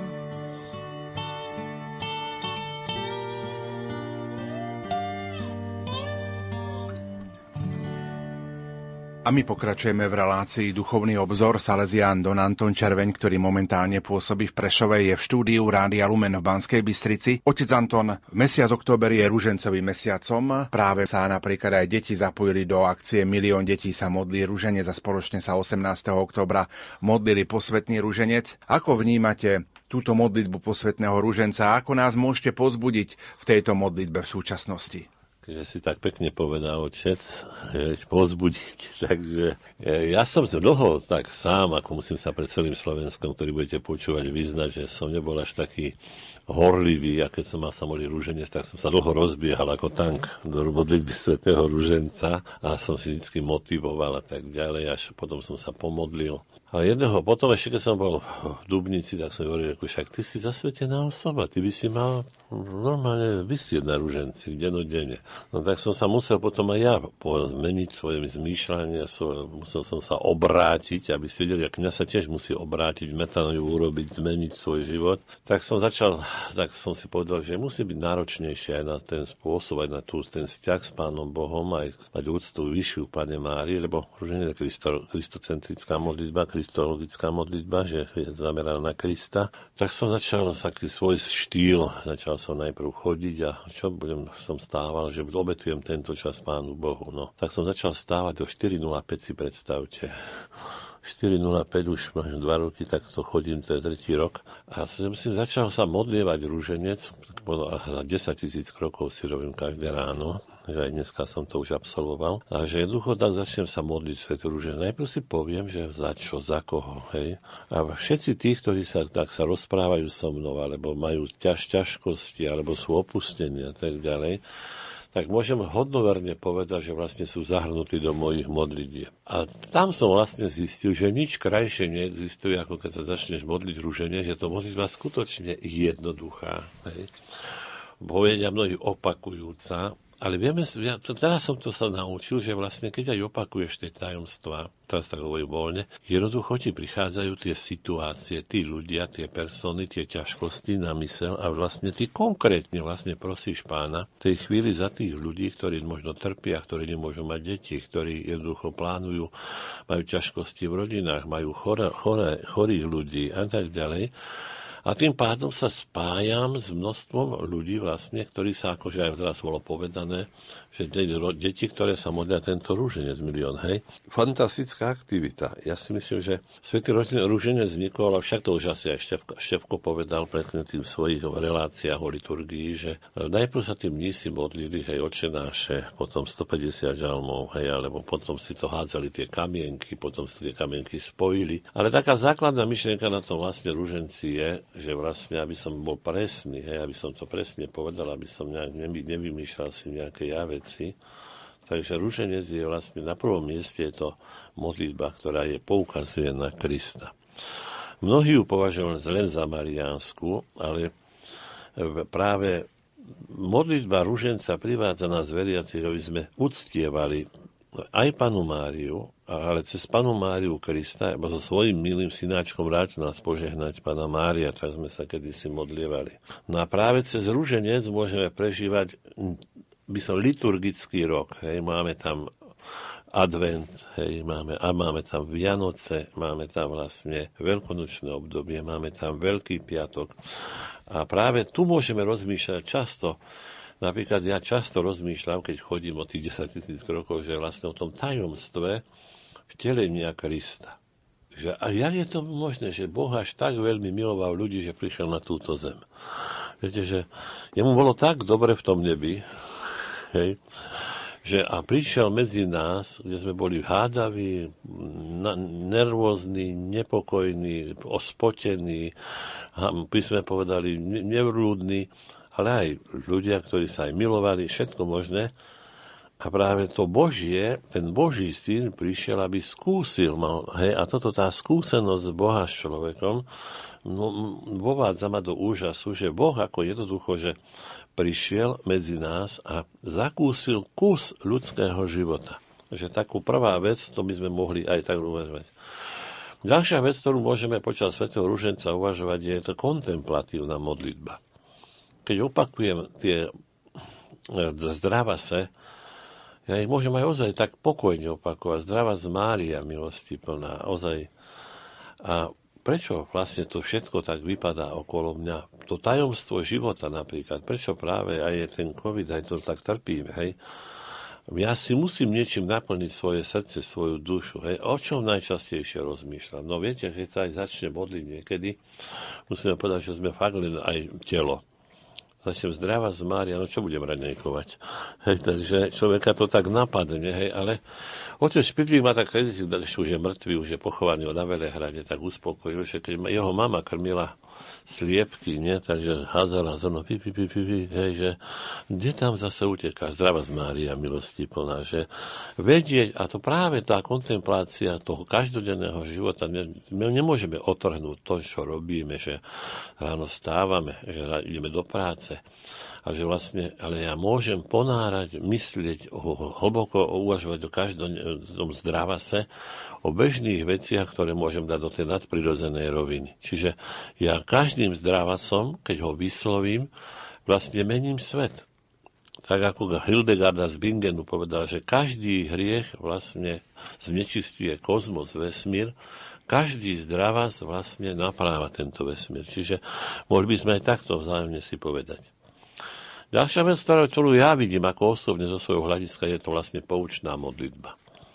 A my pokračujeme v relácii Duchovný obzor. Salesián Don Anton Červeň, ktorý momentálne pôsobí v Prešove, je v štúdiu Rádia Lumen v Banskej Bystrici. Otec Anton, mesiac október je ružencovým mesiacom. Práve sa napríklad aj deti zapojili do akcie Milión detí sa modlí ruženec a spoločne sa 18. októbra modlili posvätný ruženec. Ako vnímate túto modlitbu posvätného ruženca? Ako nás môžete povzbudiť v tejto modlitbe v súčasnosti? Keďže si tak pekne povedal, otec, povzbudiť. Takže ja som dlho tak sám, ako musím sa pred celým Slovenskom, ktorý budete počúvať, vyznať, že som nebol až taký horlivý, a keď som mal sa modliť ruženec, tak som sa dlho rozbiehal ako tank do modlitby svätého ruženca a som si vždy motivoval a tak ďalej, až potom som sa pomodlil. A jedného, potom ešte keď som bol v Dubnici, tak som hovoril, však ty si zasvetená osoba, ty by si mal normálne vysieť na ruženci, denodenne. No tak som sa musel potom aj ja zmeniť svoje zmýšľanie, musel som sa obrátiť, aby si vedeli, kňaz sa tiež musí obrátiť, metanoju urobiť, zmeniť svoj život. Tak som si povedal, že musí byť náročnejšie aj na ten spôsob, aj na ten vzťah s Pánom Bohom, aj mať úctu vyššiu Pane Márii, lebo ruženec je kristocentrická modlitba, kristologická modlitba, že je zameraná na Krista. Tak som začal taký svoj štýl, začal som najprv chodiť a som stával, že obetujem tento čas Pánu Bohu. No, tak som začal stávať o 4:05, si predstavte. 4:05 už mám 2 roky, tak to chodím, to je 3. rok. A som si začal sa modlievať ruženec, a 10 000 krokov si robím každé ráno. že aj dneska som to už absolvoval. A že jednoducho tak začnem sa modliť svätú rúženec. Najprv si poviem, že za čo, za koho, hej. A všetci tí, ktorí sa rozprávajú so mnou, alebo majú ťažkosti, alebo sú opustení a tak ďalej, tak môžem hodnoverne povedať, že vlastne sú zahrnutí do mojich modlitieb. A tam som vlastne zistil, že nič krajšie neexistuje, ako keď sa začneš modliť rúženie, že to modlitba skutočne jednoduchá. Hej. Povedia mnohí opakujúca, ale vieme, teraz som to sa naučil, že vlastne keď aj opakuješ tie tajomstvá, teraz tak hovorím voľne, jednoducho ti prichádzajú tie situácie, tí ľudia, tie persony, tie ťažkosti na myseľ a vlastne ty konkrétne vlastne prosíš Pána tej chvíli za tých ľudí, ktorí možno trpia, ktorí nemôžu mať deti, ktorí jednoducho plánujú, majú ťažkosti v rodinách, majú chorých ľudí a tak ďalej. A tým pádom sa spájam s množstvom ľudí vlastne, ktorí sa, akože aj teraz bolo povedané, že deti, ktoré sa modlia tento rúženec milión, hej. Fantastická aktivita. Ja si myslím, že svätý rúženec vznikol, ale však to už asi aj Štefko povedal predtým tým svojich reláciách o liturgii, že najprv sa tí mnísi modlili, hej, Otčenáše, potom 150 žalmov, hej, alebo potom si to hádzali tie kamienky, potom si tie kamienky spojili. Ale taká základná myšlienka na tom vlastne rúženci je, že vlastne, aby som bol presný, hej, aby som to presne povedal, aby som nejak nevymýšľal si nejaké veci. Takže rúženec je vlastne na prvom mieste je to modlitba, ktorá poukazuje na Krista. Mnohí ju považujú len za mariánsku, ale práve modlitba rúženca privádza nás veriacich, aby sme uctievali aj Pannu Máriu, ale cez Pannu Máriu Krista, so svojím milým synáčkom rád nás požehnať Panna Mária, tak sme sa kedysi modlievali. No a práve cez rúženec môžeme prežívať liturgický rok. Hej. Máme tam advent, hej, máme tam Vianoce, máme tam vlastne veľkonočné obdobie, máme tam Veľký piatok. A práve tu môžeme rozmýšľať často. Napríklad ja často rozmýšľam, keď chodím o tých 10 000 rokov, že vlastne o tom tajomstve vtelenia Krista. Že, a jak je to možné, že Boh až tak veľmi miloval ľudí, že prišiel na túto zem. Viete, že jemu bolo tak dobre v tom nebi, hej, že a prišiel medzi nás, kde sme boli hádaví, nervózni, nepokojní, ospotení, by sme povedali nevrúdni, ale aj ľudia, ktorí sa aj milovali, všetko možné. A práve to Božie, ten Boží syn prišiel, aby skúsil. Hej, a tá skúsenosť Boha s človekom vovádza ma do úžasu, že Boh ako jednoducho, že prišiel medzi nás a zakúsil kus ľudského života. Že takú prvá vec, to by sme mohli aj tak uvažovať. Ďalšia vec, ktorú môžeme počas svätého rúženca uvažovať, je to kontemplatívna modlitba. Keď opakujem tie zdravase, ja ich môžem aj ozaj tak pokojne opakovať. Zdravá z Mária, milosti plná, ozaj. A prečo vlastne to všetko tak vypadá okolo mňa? To tajomstvo života napríklad, prečo práve aj je ten COVID, aj to tak trpíme, hej? Ja si musím niečím naplniť svoje srdce, svoju dušu, hej? O čom najčastejšie rozmýšľam? No viete, keď sa aj začne modliť niekedy, musíme povedať, že sme fakt len aj telo. Začnem zdravá z Mária, no čo budem raňajkovať? Hej, takže človeka to tak napadne, hej, ale otec Špidlík ma tak kedysi, už je mŕtvý, už je pochovaný na Velehrade, tak uspokojil, že keď jeho mama krmila sliepky, nie, takže hádzala zrno, hej, že kde tam zase uteká? Zdravá z Mária, milosti plná, že vedieť, a to práve tá kontemplácia toho každodenného života, my nemôžeme otrhnúť to, čo robíme, že ráno stávame, že ideme do práce, a že vlastne, ale ja môžem ponárať, myslieť, hlboko uvažovať o každom zdravase, o bežných veciach, ktoré môžem dať do tej nadprirodzenej roviny. Čiže ja každým zdravasom, keď ho vyslovím, vlastne mením svet. Tak ako Hildegarda z Bingenu povedal, že každý hriech vlastne znečistuje kozmos, vesmír, každý zdravas vlastne napráva tento vesmír. Čiže mohli by sme aj takto vzájomne si povedať. Ďalšia vec, ktorú ja vidím ako osobne zo svojho hľadiska, je to vlastne poučná modlitba.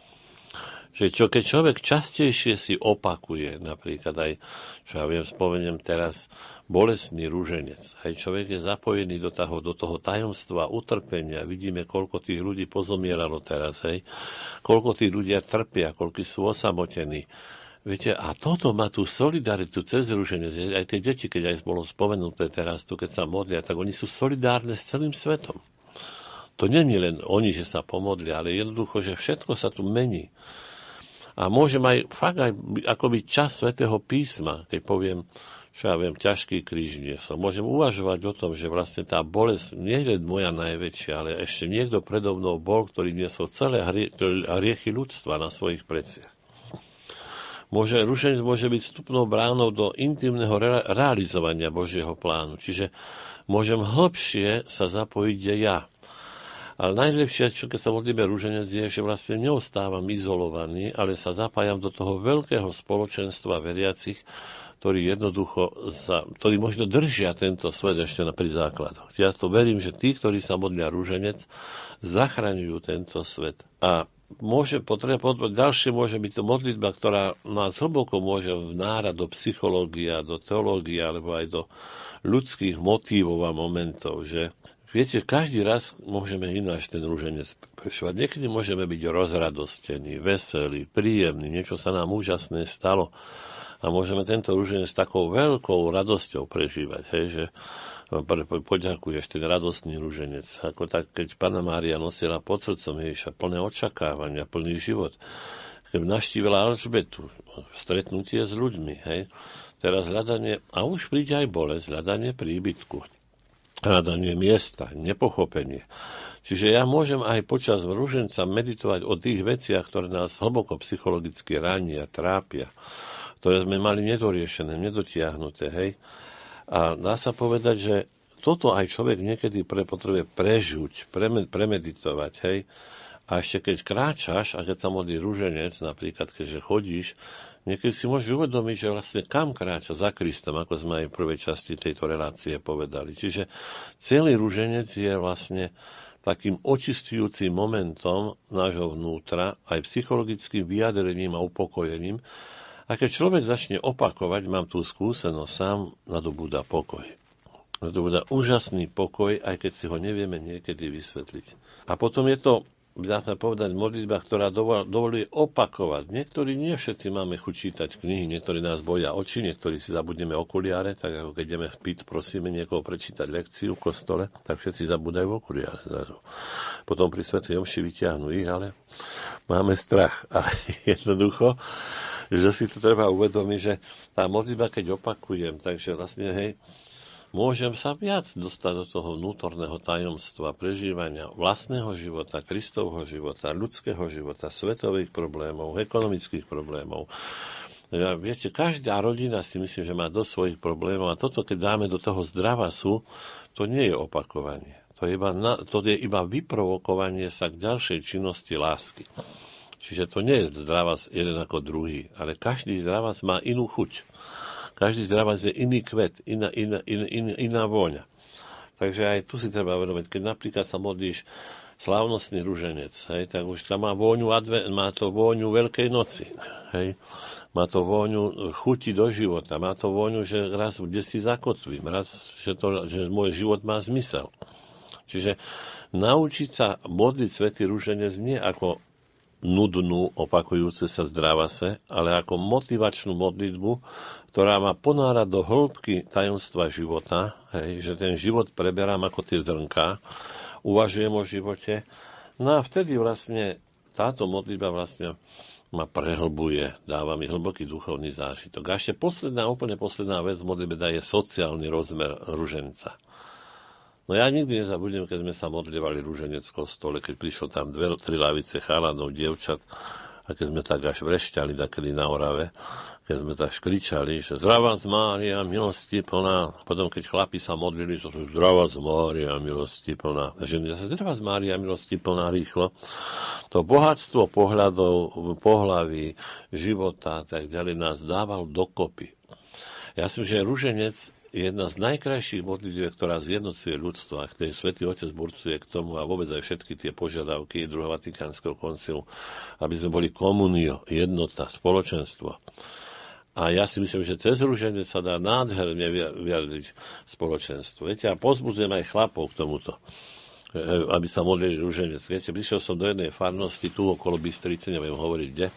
Že keď človek častejšie si opakuje, napríklad aj, čo ja viem, spomeniem teraz, bolestný rúženec. Hej, človek je zapojený do toho tajomstva utrpenia. Vidíme, koľko tých ľudí pozomieralo teraz. Hej. Koľko tých ľudia trpia, koľko sú osamotení. Viete, a toto má tú solidaritu cez rúženec. Aj tie deti, keď aj bolo spomenuté teraz, tu keď sa modlia, tak oni sú solidárne s celým svetom. To nie je len oni, že sa pomodlia, ale jednoducho, že všetko sa tu mení. A môžem aj akoby čas Svätého písma, keď poviem, čo ja viem, ťažký kríž niesol. Môžem uvažovať o tom, že vlastne tá bolesť nie je len moja najväčšia, ale ešte niekto predo mnou bol, ktorý niesol celé hriechy ľudstva na svojich pleciach. Rúženec môže byť vstupnou bránou do intimného realizovania Božieho plánu. Čiže môžem hlbšie sa zapojiť aj ja. Ale najlepšie, čo keď sa modlíme rúženec, je, že vlastne neostávam izolovaný, ale sa zapájam do toho veľkého spoločenstva veriacich, ktorí možno držia tento svet ešte pri základoch. Ja to verím, že tí, ktorí sa modlia rúženec, zachraňujú tento svet. A ďalšie môže byť to modlitba, ktorá nás hlboko môže vnárať do psychológie, do teológie, alebo aj do ľudských motívov a momentov, že viete, každý raz môžeme ináč ten rúženec prešovať. Niekedy môžeme byť rozradostení, veselí, príjemní, niečo sa nám úžasné stalo a môžeme tento rúženec s takou veľkou radosťou prežívať, hej, že poďakuješ ten radostný rúženec. Ako tak, keď Panna Mária nosila pod srdcom Ježiša plné očakávania, plný život. Keď navštívila Alžbetu, stretnutie s ľuďmi, hej, teraz hľadanie, a už príde aj bolesť, hľadanie príbytku, hľadanie miesta, nepochopenie. Čiže ja môžem aj počas rúženca meditovať o tých veciach, ktoré nás hlboko psychologicky rania, trápia, ktoré sme mali nedoriešené, nedotiahnuté, hej. A dá sa povedať, že toto aj človek niekedy potrebuje prežuť, premeditovať, hej. A ešte keď kráčaš, a keď sa modlí rúženec, napríklad keďže chodíš, niekedy si môžeš uvedomiť, že vlastne kam kráča za Kristom, ako sme aj v prvej časti tejto relácie povedali. Čiže celý rúženec je vlastne takým očistujúcim momentom nášho vnútra, aj psychologickým vyjadrením a upokojením. A keď človek začne opakovať, mám tú skúsenosť, sám nadobúda pokoj. Nadobúda úžasný pokoj, aj keď si ho nevieme niekedy vysvetliť. A potom je to, dá sa povedať, modlitba, ktorá dovolí opakovať. Niektorí, nie všetci máme chuť čítať knihy, niektorí nás boja oči, niektorí si zabudneme okuliare, tak ako keď ideme piť, prosíme niekoho prečítať lekciu v kostole, tak všetci zabúdajú okuliare. Potom pri svätej omši vyťahnú ich, ale máme strach. Ale jednoducho, že si to treba uvedomiť, že tá modlitba, keď opakujem, takže vlastne, hej, môžem sa viac dostať do toho vnútorného tajomstva prežívania vlastného života, Kristovho života, ľudského života, svetových problémov, ekonomických problémov. Ja, viete, každá rodina si myslím, že má dosť svojich problémov a toto, keď dáme do toho zdravasu, to nie je opakovanie. To je iba vyprovokovanie sa k ďalšej činnosti lásky. Čiže to nie je zdravás jeden ako druhý, ale každý zdravás má inú chuť. Každý zdravás je iný kvet, iná vôňa. Takže aj tu si treba vedomiť, keď napríklad sa modlíš slávnostný ruženec, hej, tak už tam má to vôňu Veľkej noci. Hej. Má to vôňu chuti do života, má to vôňu, že raz kde si zakotvím, že môj život má zmysel. Čiže naučiť sa modliť svätý ruženec nie ako nudnú, opakujúce sa zdravase, ale ako motivačnú modlitbu, ktorá má ponárať do hĺbky tajomstva života, hej, že ten život preberám ako tie zrnká, uvažujem o živote. No a vtedy vlastne táto modlitba vlastne ma prehlbuje, dáva mi hlboký duchovný zážitok. A ešte úplne posledná vec v modlitbe je sociálny rozmer ruženca. No ja nikdy nezabudnem, keď sme sa modlievali rúženec v kostole, keď prišlo tam 2-3 lavice chalanov, dievčat, a keď sme tak až vrešťali takedy na Orave, keď sme tak škričali, že zdravá z Mária, milosti plná. Potom, keď chlapi sa modlili, to sú zdravá z Mária, milosti plná. Ženy zase zdravá z Mária, milosti plná rýchlo. To bohatstvo pohľadov, pohlaví, života, tak ďalej nás dával dokopy. Ja si myslím, že rúženec je jedna z najkrajších modlitieb, ktorá zjednocuje ľudstvo, a ktorý Svätý Otec burcuje k tomu a vôbec aj všetky tie požiadavky druhého Vatikánskeho koncilu, aby sme boli komunio, jednota, spoločenstvo. A ja si myslím, že cez ruženie sa dá nádherne vyjadriť spoločenstvo. Viete, a pozbudzujem aj chlapov k tomuto, aby sa modlili ruženec. Viete, prišiel som do jednej farnosti tu okolo Bystrice, neviem hovoriť kde,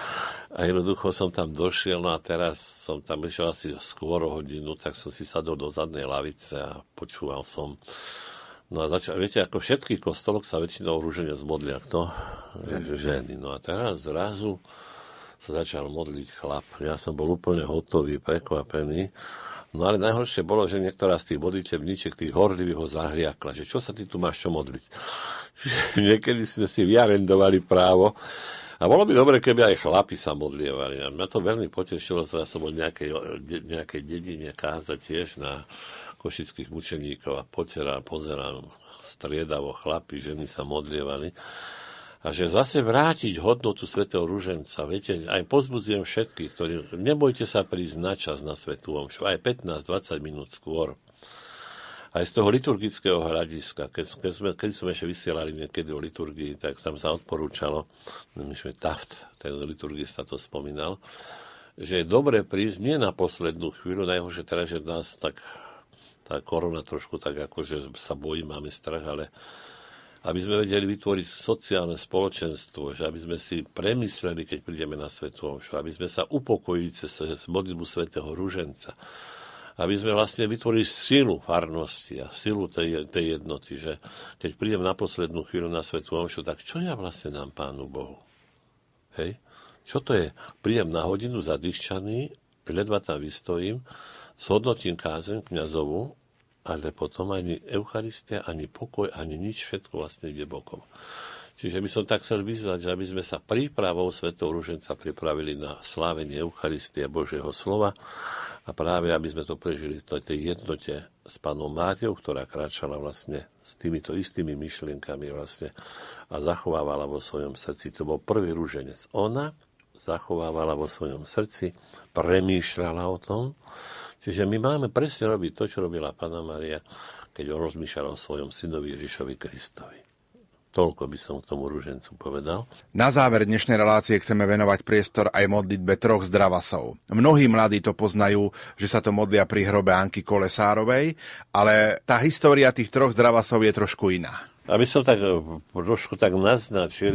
a jednoducho som tam došiel, no a teraz som tam išiel asi skôr o hodinu, tak som si sadol do zadnej lavice a počúval som. No a viete, ako všetkých kostolok sa väčšinou ruženec modlia, kto? Ženy. No a teraz zrazu sa začal modliť chlap. Ja som bol úplne hotový, prekvapený. No ale najhoršie bolo, že niektorá z tých modlitebníčiek, tých horlivých ho zahriakla, že čo sa ty tu máš čo modliť? Niekedy sme si vyarendovali právo. A bolo by dobre, keby aj chlapi sa modlievali. A mňa to veľmi potešilo, že ja som bol nejakej dedine kázať tiež na košických mučeníkov a pozerám striedavo chlapi, ženy sa modlievali. A že zase vrátiť hodnotu svätého ruženca. Viete, aj pozbudzujem všetkých, ktorí nebojte sa prísť na čas na svätú omšu, aj 15-20 minút skôr. Aj z toho liturgického hľadiska, keď sme ešte vysielali niekedy o liturgii, tak tam sa odporúčalo, myšme Taft, ten liturgista to spomínal, že je dobre prísť nie na poslednú chvíľu, najhoršie teraz, že nás tak tá korona trošku tak akože sa bojí, máme strach, ale aby sme vedeli vytvoriť sociálne spoločenstvo, že aby sme si premysleli, keď prídeme na svätú omšu, aby sme sa upokojili cez modlitbu svätého ruženca, aby sme vlastne vytvorili silu farnosti a silu tej jednoty, že keď prídem na poslednú chvíľu na svätú omšu, tak čo ja vlastne dám Pánu Bohu? Hej? Čo to je? Prídem na hodinu zadýchčaný, ledva tam vystojím, zhodnotím kázeň kňazovu, ale potom ani Eucharistia, ani pokoj, ani nič, všetko vlastne ide bokom. Čiže by som tak chcel vyzvať, že aby sme sa prípravou svätého ruženca pripravili na slávenie Eucharistie Božieho slova a práve aby sme to prežili v tej jednote s Pannou Máriou, ktorá kráčala vlastne s týmito istými myšlienkami vlastne a zachovávala vo svojom srdci. To bol prvý ruženec. Ona zachovávala vo svojom srdci, premýšľala o tom. Čiže my máme presne robiť to, čo robila Panna Mária, keď on rozmýšľala o svojom synovi Ježišovi Kristovi. Toľko by som k tomu ružencu povedal. Na záver dnešnej relácie chceme venovať priestor aj modlitbe troch zdravasov. Mnohí mladí to poznajú, že sa to modlia pri hrobe Anky Kolesárovej, ale tá história tých troch zdravasov je trošku iná. Aby som tak trošku tak naznačil,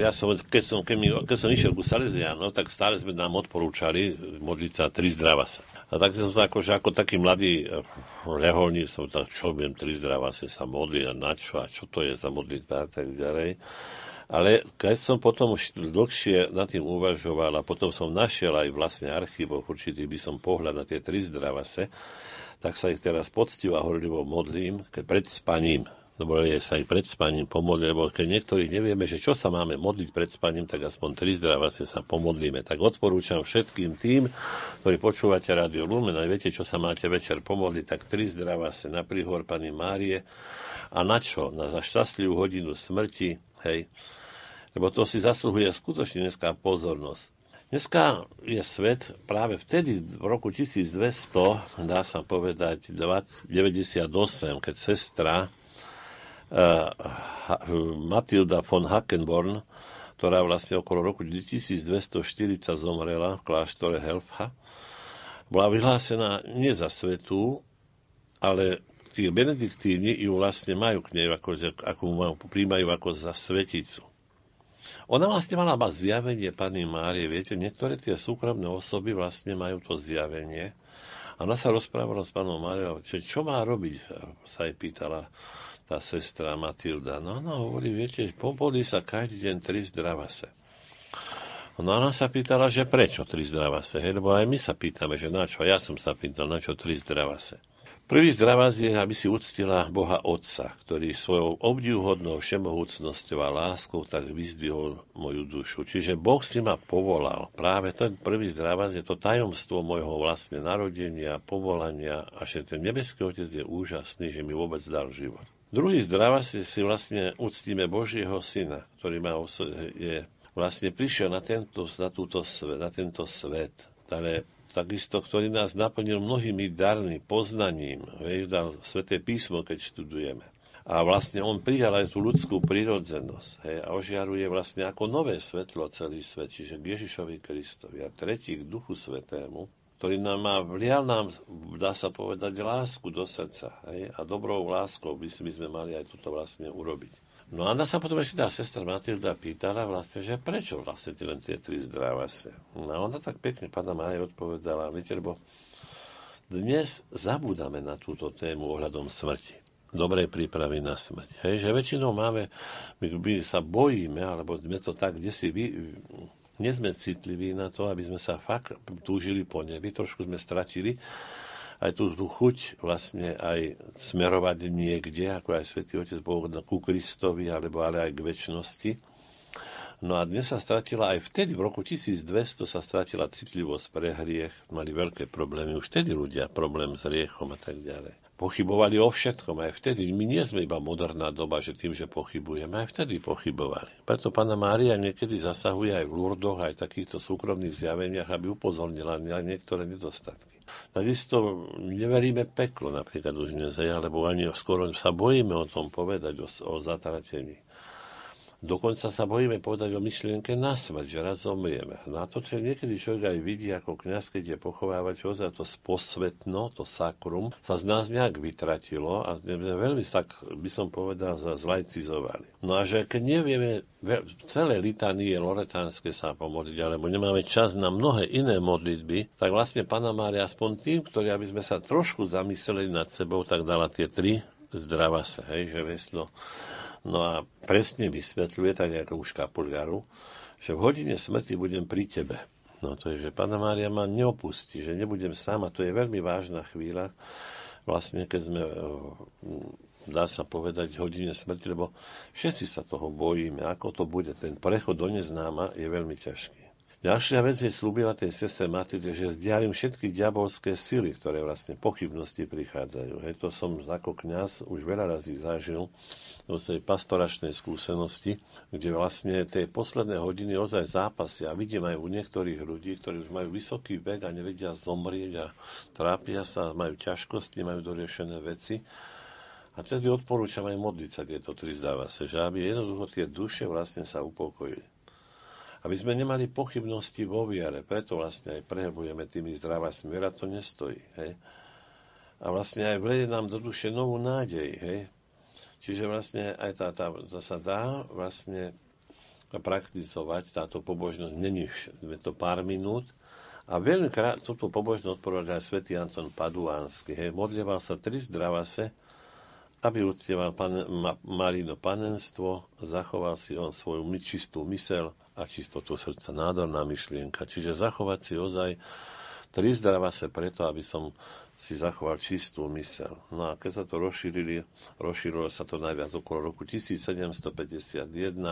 keď som išiel ku Salesiánom, tak stále sme nám odporúčali modliť sa 3 zdravasa. A tak som sa ako taký mladý reholník som tak, čo viem, 3 zdravase sa modliť a na čo a čo to je za modlitba a tak ďalej. Ale keď som potom už dlhšie nad tým uvažoval a potom som našiel aj vlastne archívoch určitých by som pohľad na tie 3 zdravase, tak sa ich teraz poctivo a horlivo modlím, keď pred spaním. Dobre, sa aj pred spaním pomodliť, lebo keď niektorí nevieme, že čo sa máme modliť pred spaním, tak aspoň 3 zdravase sa pomodlíme. Tak odporúčam všetkým tým, ktorí počúvate Rádio Lumen a viete, čo sa máte večer pomodliť, tak 3 zdravase na príhovor Panny Márie. A na čo? Za šťastlivú hodinu smrti, hej. Lebo to si zasluhuje skutočne dneska pozornosť. Dneska je svet práve vtedy, v roku 1200, dá sa povedať, 98, keď sestra Matilda von Hackenborn, ktorá vlastne okolo roku 1240 zomrela v kláštore Helfha, bola vyhlásená nie za svätú, ale tí benediktíni ju vlastne majú k nej, ako príjmajú ako za sveticu. Ona vlastne mala zjavenie Panny Márie. Viete, niektoré tie súkromné osoby vlastne majú to zjavenie. A ona sa rozprávala s Pannou Máriou, čo má robiť, sa jej pýtala tá sestra Matilda. No, hovorí, viete, pomodlí sa každý deň 3 zdravase. No, ona sa pýtala, že prečo 3 zdravase, hej? Lebo aj my sa pýtame, že na čo. Ja som sa pýtal, na čo 3 zdravase. Prvý zdravas je, aby si uctila Boha Otca, ktorý svojou obdivuhodnou všemohúcnosťou a láskou tak vyzdvihol moju dušu. Čiže Boh si ma povolal. Práve ten prvý zdravas je to tajomstvo môjho vlastne narodenia, povolania a že ten nebeský Otec je úžasný, že mi vôbec dal život. Druhý zdravas si vlastne uctíme Božieho Syna, ktorý vlastne prišiel na tento svet, ale takisto, ktorý nás naplnil mnohými darmi, poznaním, dal Sväté písmo, keď študujeme. A vlastne on prijal aj tú ľudskú prirodzenosť a ožiaruje vlastne ako nové svetlo celý svet, čiže k Ježišovi Kristovi. A tretí k Duchu Svätému, ktorý vlial nám, dá sa povedať, lásku do srdca. Hej? A dobrou láskou by sme mali aj toto vlastne urobiť. No a sa potom ešte tá sestra Matilda pýtala vlastne, že prečo vlastne len tie 3 zdravase. No a ona tak pekne, Panna Mária, odpovedala, viete, lebo dnes zabúdame na túto tému ohľadom smrti. Dobrej prípravy na smrť. Hej? Že väčšinou my sa bojíme, alebo sme to tak, nie sme citliví na to, aby sme sa fakt túžili po nebi, trošku sme stratili aj tú chuť vlastne aj smerovať niekde, ako aj Svätý Otec Boh ku Kristovi, ale aj k večnosti. No a dnes sa stratila aj vtedy, v roku 1200 sa stratila citlivosť pre hriech, mali veľké problémy, už vtedy ľudia problém s hriechom a tak ďalej. Pochybovali o všetkom, aj vtedy. My nie sme iba moderná doba, že tým, že pochybujeme, aj vtedy pochybovali. Preto Panna Mária niekedy zasahuje aj v Lurdoch, aj v takýchto súkromných zjaveniach, aby upozornila na niektoré nedostatky. Takisto neveríme peklo napríklad už dnes, alebo ani skoro sa bojíme o tom povedať, o zatratení. Dokonca sa bojíme povedať o myšlienke na smrť, že raz zomrieme. No a to, čo niekedy človek aj vidí ako kňaz, keď je pochovávať, čo za to posvetno, to sakrum, sa z nás nejak vytratilo a veľmi tak, by som povedal, zlajcizovali. No a že keď nevieme celé litanie loretánske sa pomodliť, alebo nemáme čas na mnohé iné modlitby, tak vlastne Panna Mária aspoň tým, ktorí, aby sme sa trošku zamysleli nad sebou, tak dala tie 3 zdravase, hej, že veslo. No a presne vysvetľuje, tak ako už Kapuľgaru, že v hodine smrti budem pri tebe. No to je, že Panna Mária ma neopustí, že nebudem sám, a to je veľmi vážna chvíľa, vlastne keď sme, dá sa povedať, v hodine smrti, lebo všetci sa toho bojíme, ako to bude. Ten prechod do neznáma je veľmi ťažký. Ďalšia vec je slúbila tej sestre Matilde, že zdialím všetky diabolské sily, ktoré vlastne pochybnosti prichádzajú. Hej, to som ako kňaz už veľa razy zažil do svojej pastoračnej skúsenosti, kde vlastne tie posledné hodiny ozaj zápasia. A vidím aj u niektorých ľudí, ktorí už majú vysoký vek a nevedia zomrieť a trápia sa, majú ťažkosti, majú doriešené veci. A tedy odporúčam aj modliť sa tieto 3 zdravase, že aby jednoducho tie duše vlastne sa upokojili. Aby sme nemali pochybnosti vo viere, preto vlastne aj prehebujeme tými zdravasmi. Viera to nestojí. Hej? A vlastne aj vleje nám do duše novú nádej. Hej? Čiže vlastne aj to sa dá vlastne praktizovať, táto pobožnosť, není to pár minút. A veľmikrát túto pobožnosť odpovedal aj svätý Anton Paduánsky. Hej? Modlieval sa 3 zdravase, aby uctieval Marino panenstvo, zachoval si on svoju čistú myseľ a čistotu srdca. Nádorná myšlienka. Čiže zachovať si ozaj 3 zdravase preto, aby som si zachoval čistú myseľ. No a keď sa to rozšírilo sa to najviac okolo roku 1751,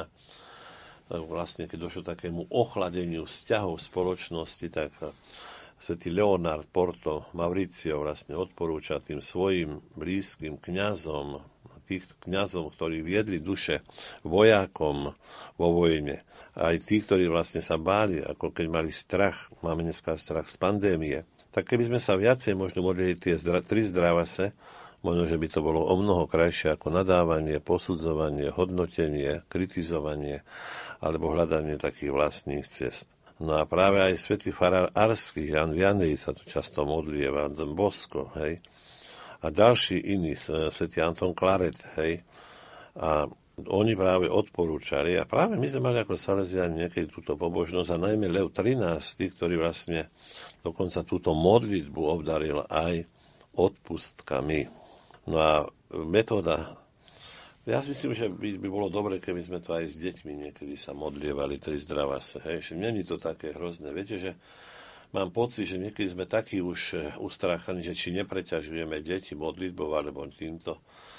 vlastne keď došlo takému ochladeniu vzťahov spoločnosti, tak svätý Leonard Porto Mauricio vlastne odporúča tým svojim blízkym kňazom, tých kňazom, ktorí viedli duše vojakom vo vojne, aj tí, ktorí vlastne sa báli, ako keď mali strach, máme dneska strach z pandémie, tak keby sme sa viacej možno modlili tie 3 zdravase, možno, že by to bolo o mnoho krajšie ako nadávanie, posudzovanie, hodnotenie, kritizovanie alebo hľadanie takých vlastných ciest. No a práve aj svätý farár Arský, Jan Vianney sa tu často modlieva, Don Bosco, hej, a ďalší iní, svätý Anton Claret, hej, a oni práve odporúčali, a práve my sme mali ako Salesiani niekedy túto pobožnosť, a najmä Lev XIII, ktorý vlastne dokonca túto modlitbu obdaril aj odpustkami. No a metóda, ja si myslím, že by bolo dobre, keby sme to aj s deťmi niekedy sa modlievali, 3 zdravase. Hej, že není to také hrozné. Viete, že mám pocit, že niekedy sme takí už ustráchaní, že či nepreťažujeme deti modlitbou alebo týmto.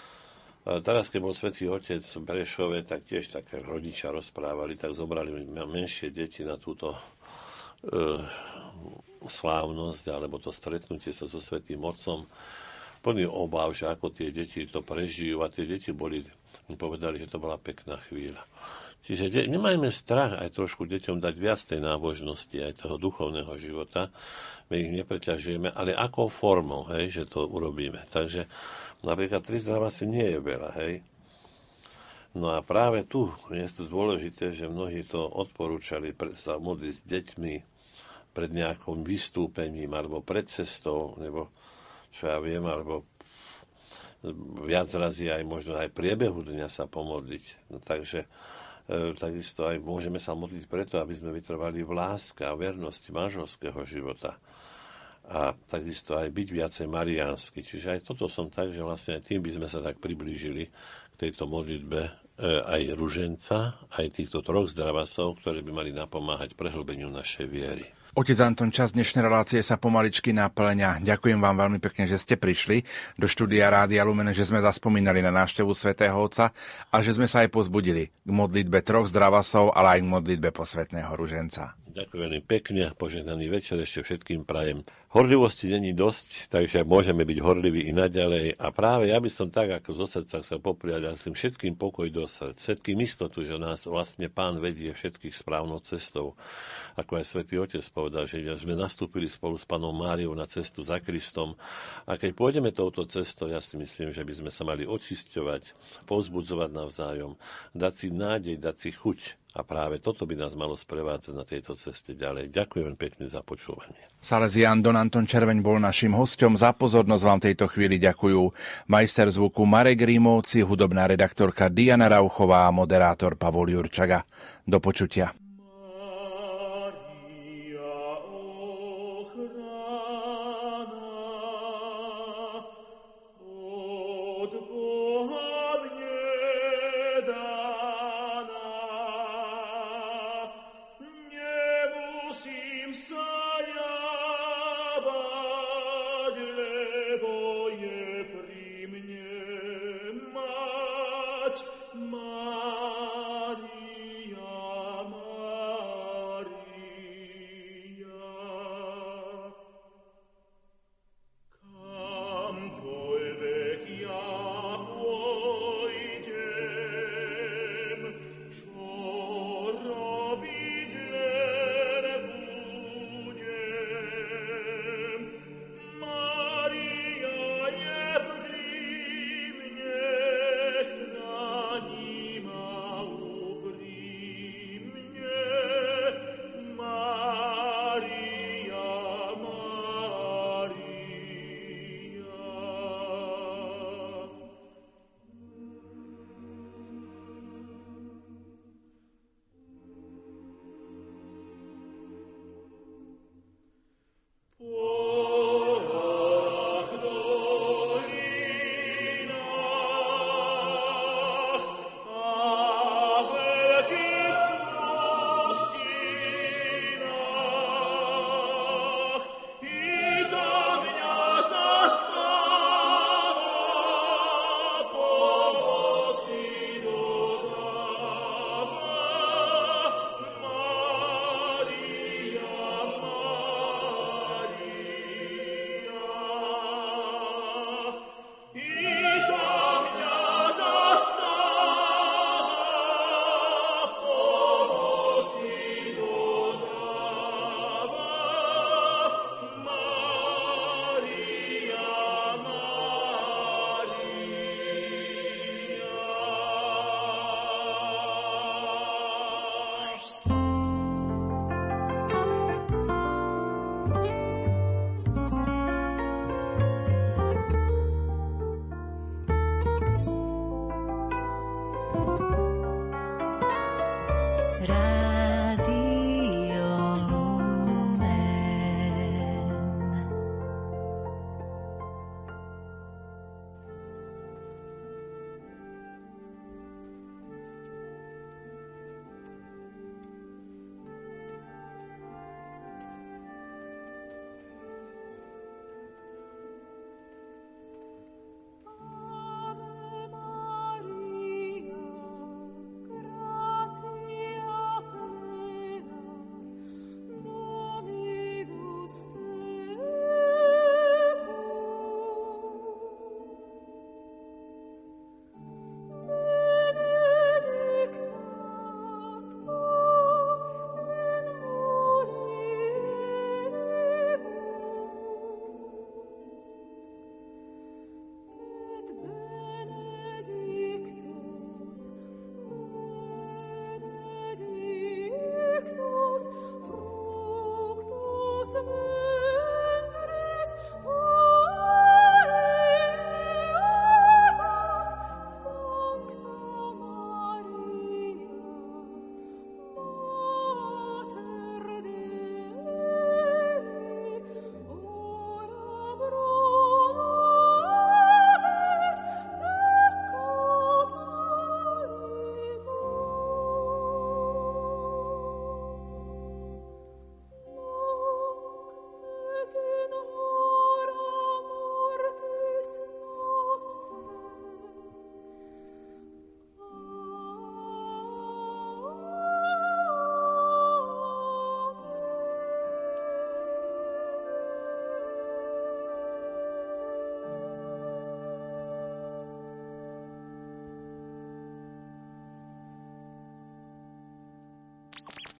Teraz, keď bol Svätý Otec v Prešove, tak tiež také rodičia rozprávali, tak zobrali menšie deti na túto slávnosť, alebo to stretnutie sa so Svätým Otcom. Plný obáv, že ako tie deti to prežijú, a tie deti povedali, že to bola pekná chvíľa. Čiže nemajme strach aj trošku deťom dať viac tej nábožnosti, aj toho duchovného života. My ich nepreťažujeme, ale akou formou, hej, že to urobíme. Takže napríklad 3 zdravase nie je veľa, hej. No a práve tu je to dôležité, že mnohí to odporúčali sa modliť s deťmi pred nejakým vystúpením, alebo pred cestou, nebo čo ja viem, alebo viac razy aj možno aj priebehu dňa sa pomodliť. No, takže takisto aj môžeme sa modliť preto, aby sme vytrvali v láske a vernosti manželského života. A takisto aj byť viacej mariánsky. Čiže aj toto som tak, že vlastne aj tým by sme sa tak priblížili k tejto modlitbe aj ruženca, aj týchto troch zdravasov, ktoré by mali napomáhať prehlbeniu našej viery. Otec Anton, čas dnešnej relácie sa pomaličky naplňa. Ďakujem vám veľmi pekne, že ste prišli do štúdia Rádia Lumen, že sme zaspomínali na návštevu svätého Otca a že sme sa aj pozbudili k modlitbe troch zdravasov, ale aj k modlitbe posvätného ruženca. Ďakujem veľmi pekne, požehnaný večer ešte všetkým prajem. Horlivosti není dosť, takže môžeme byť horliví i naďalej. A práve ja by som tak, ako zo srdca chcel popriať tým všetkým pokoj do srdc, všetkým istotu, že nás vlastne Pán vedie všetkých správnou cestou. Ako aj Svätý Otec povedal, že sme nastúpili spolu s Pannou Máriou na cestu za Kristom. A keď pôjdeme touto cestou, ja si myslím, že by sme sa mali očisťovať, povzbudzovať navzájom, dať si nádej, dať si chuť. A práve toto by nás malo sprevádzať na tejto ceste ďalej. Ďakujem pekne za počúvanie. Salesián Don Anton Červeň bol našim hosťom. Za pozornosť vám tejto chvíli ďakujú majster zvuku Marek Rímovci, hudobná redaktorka Diana Rauchová a moderátor Pavol Jurčaga. Do počutia. My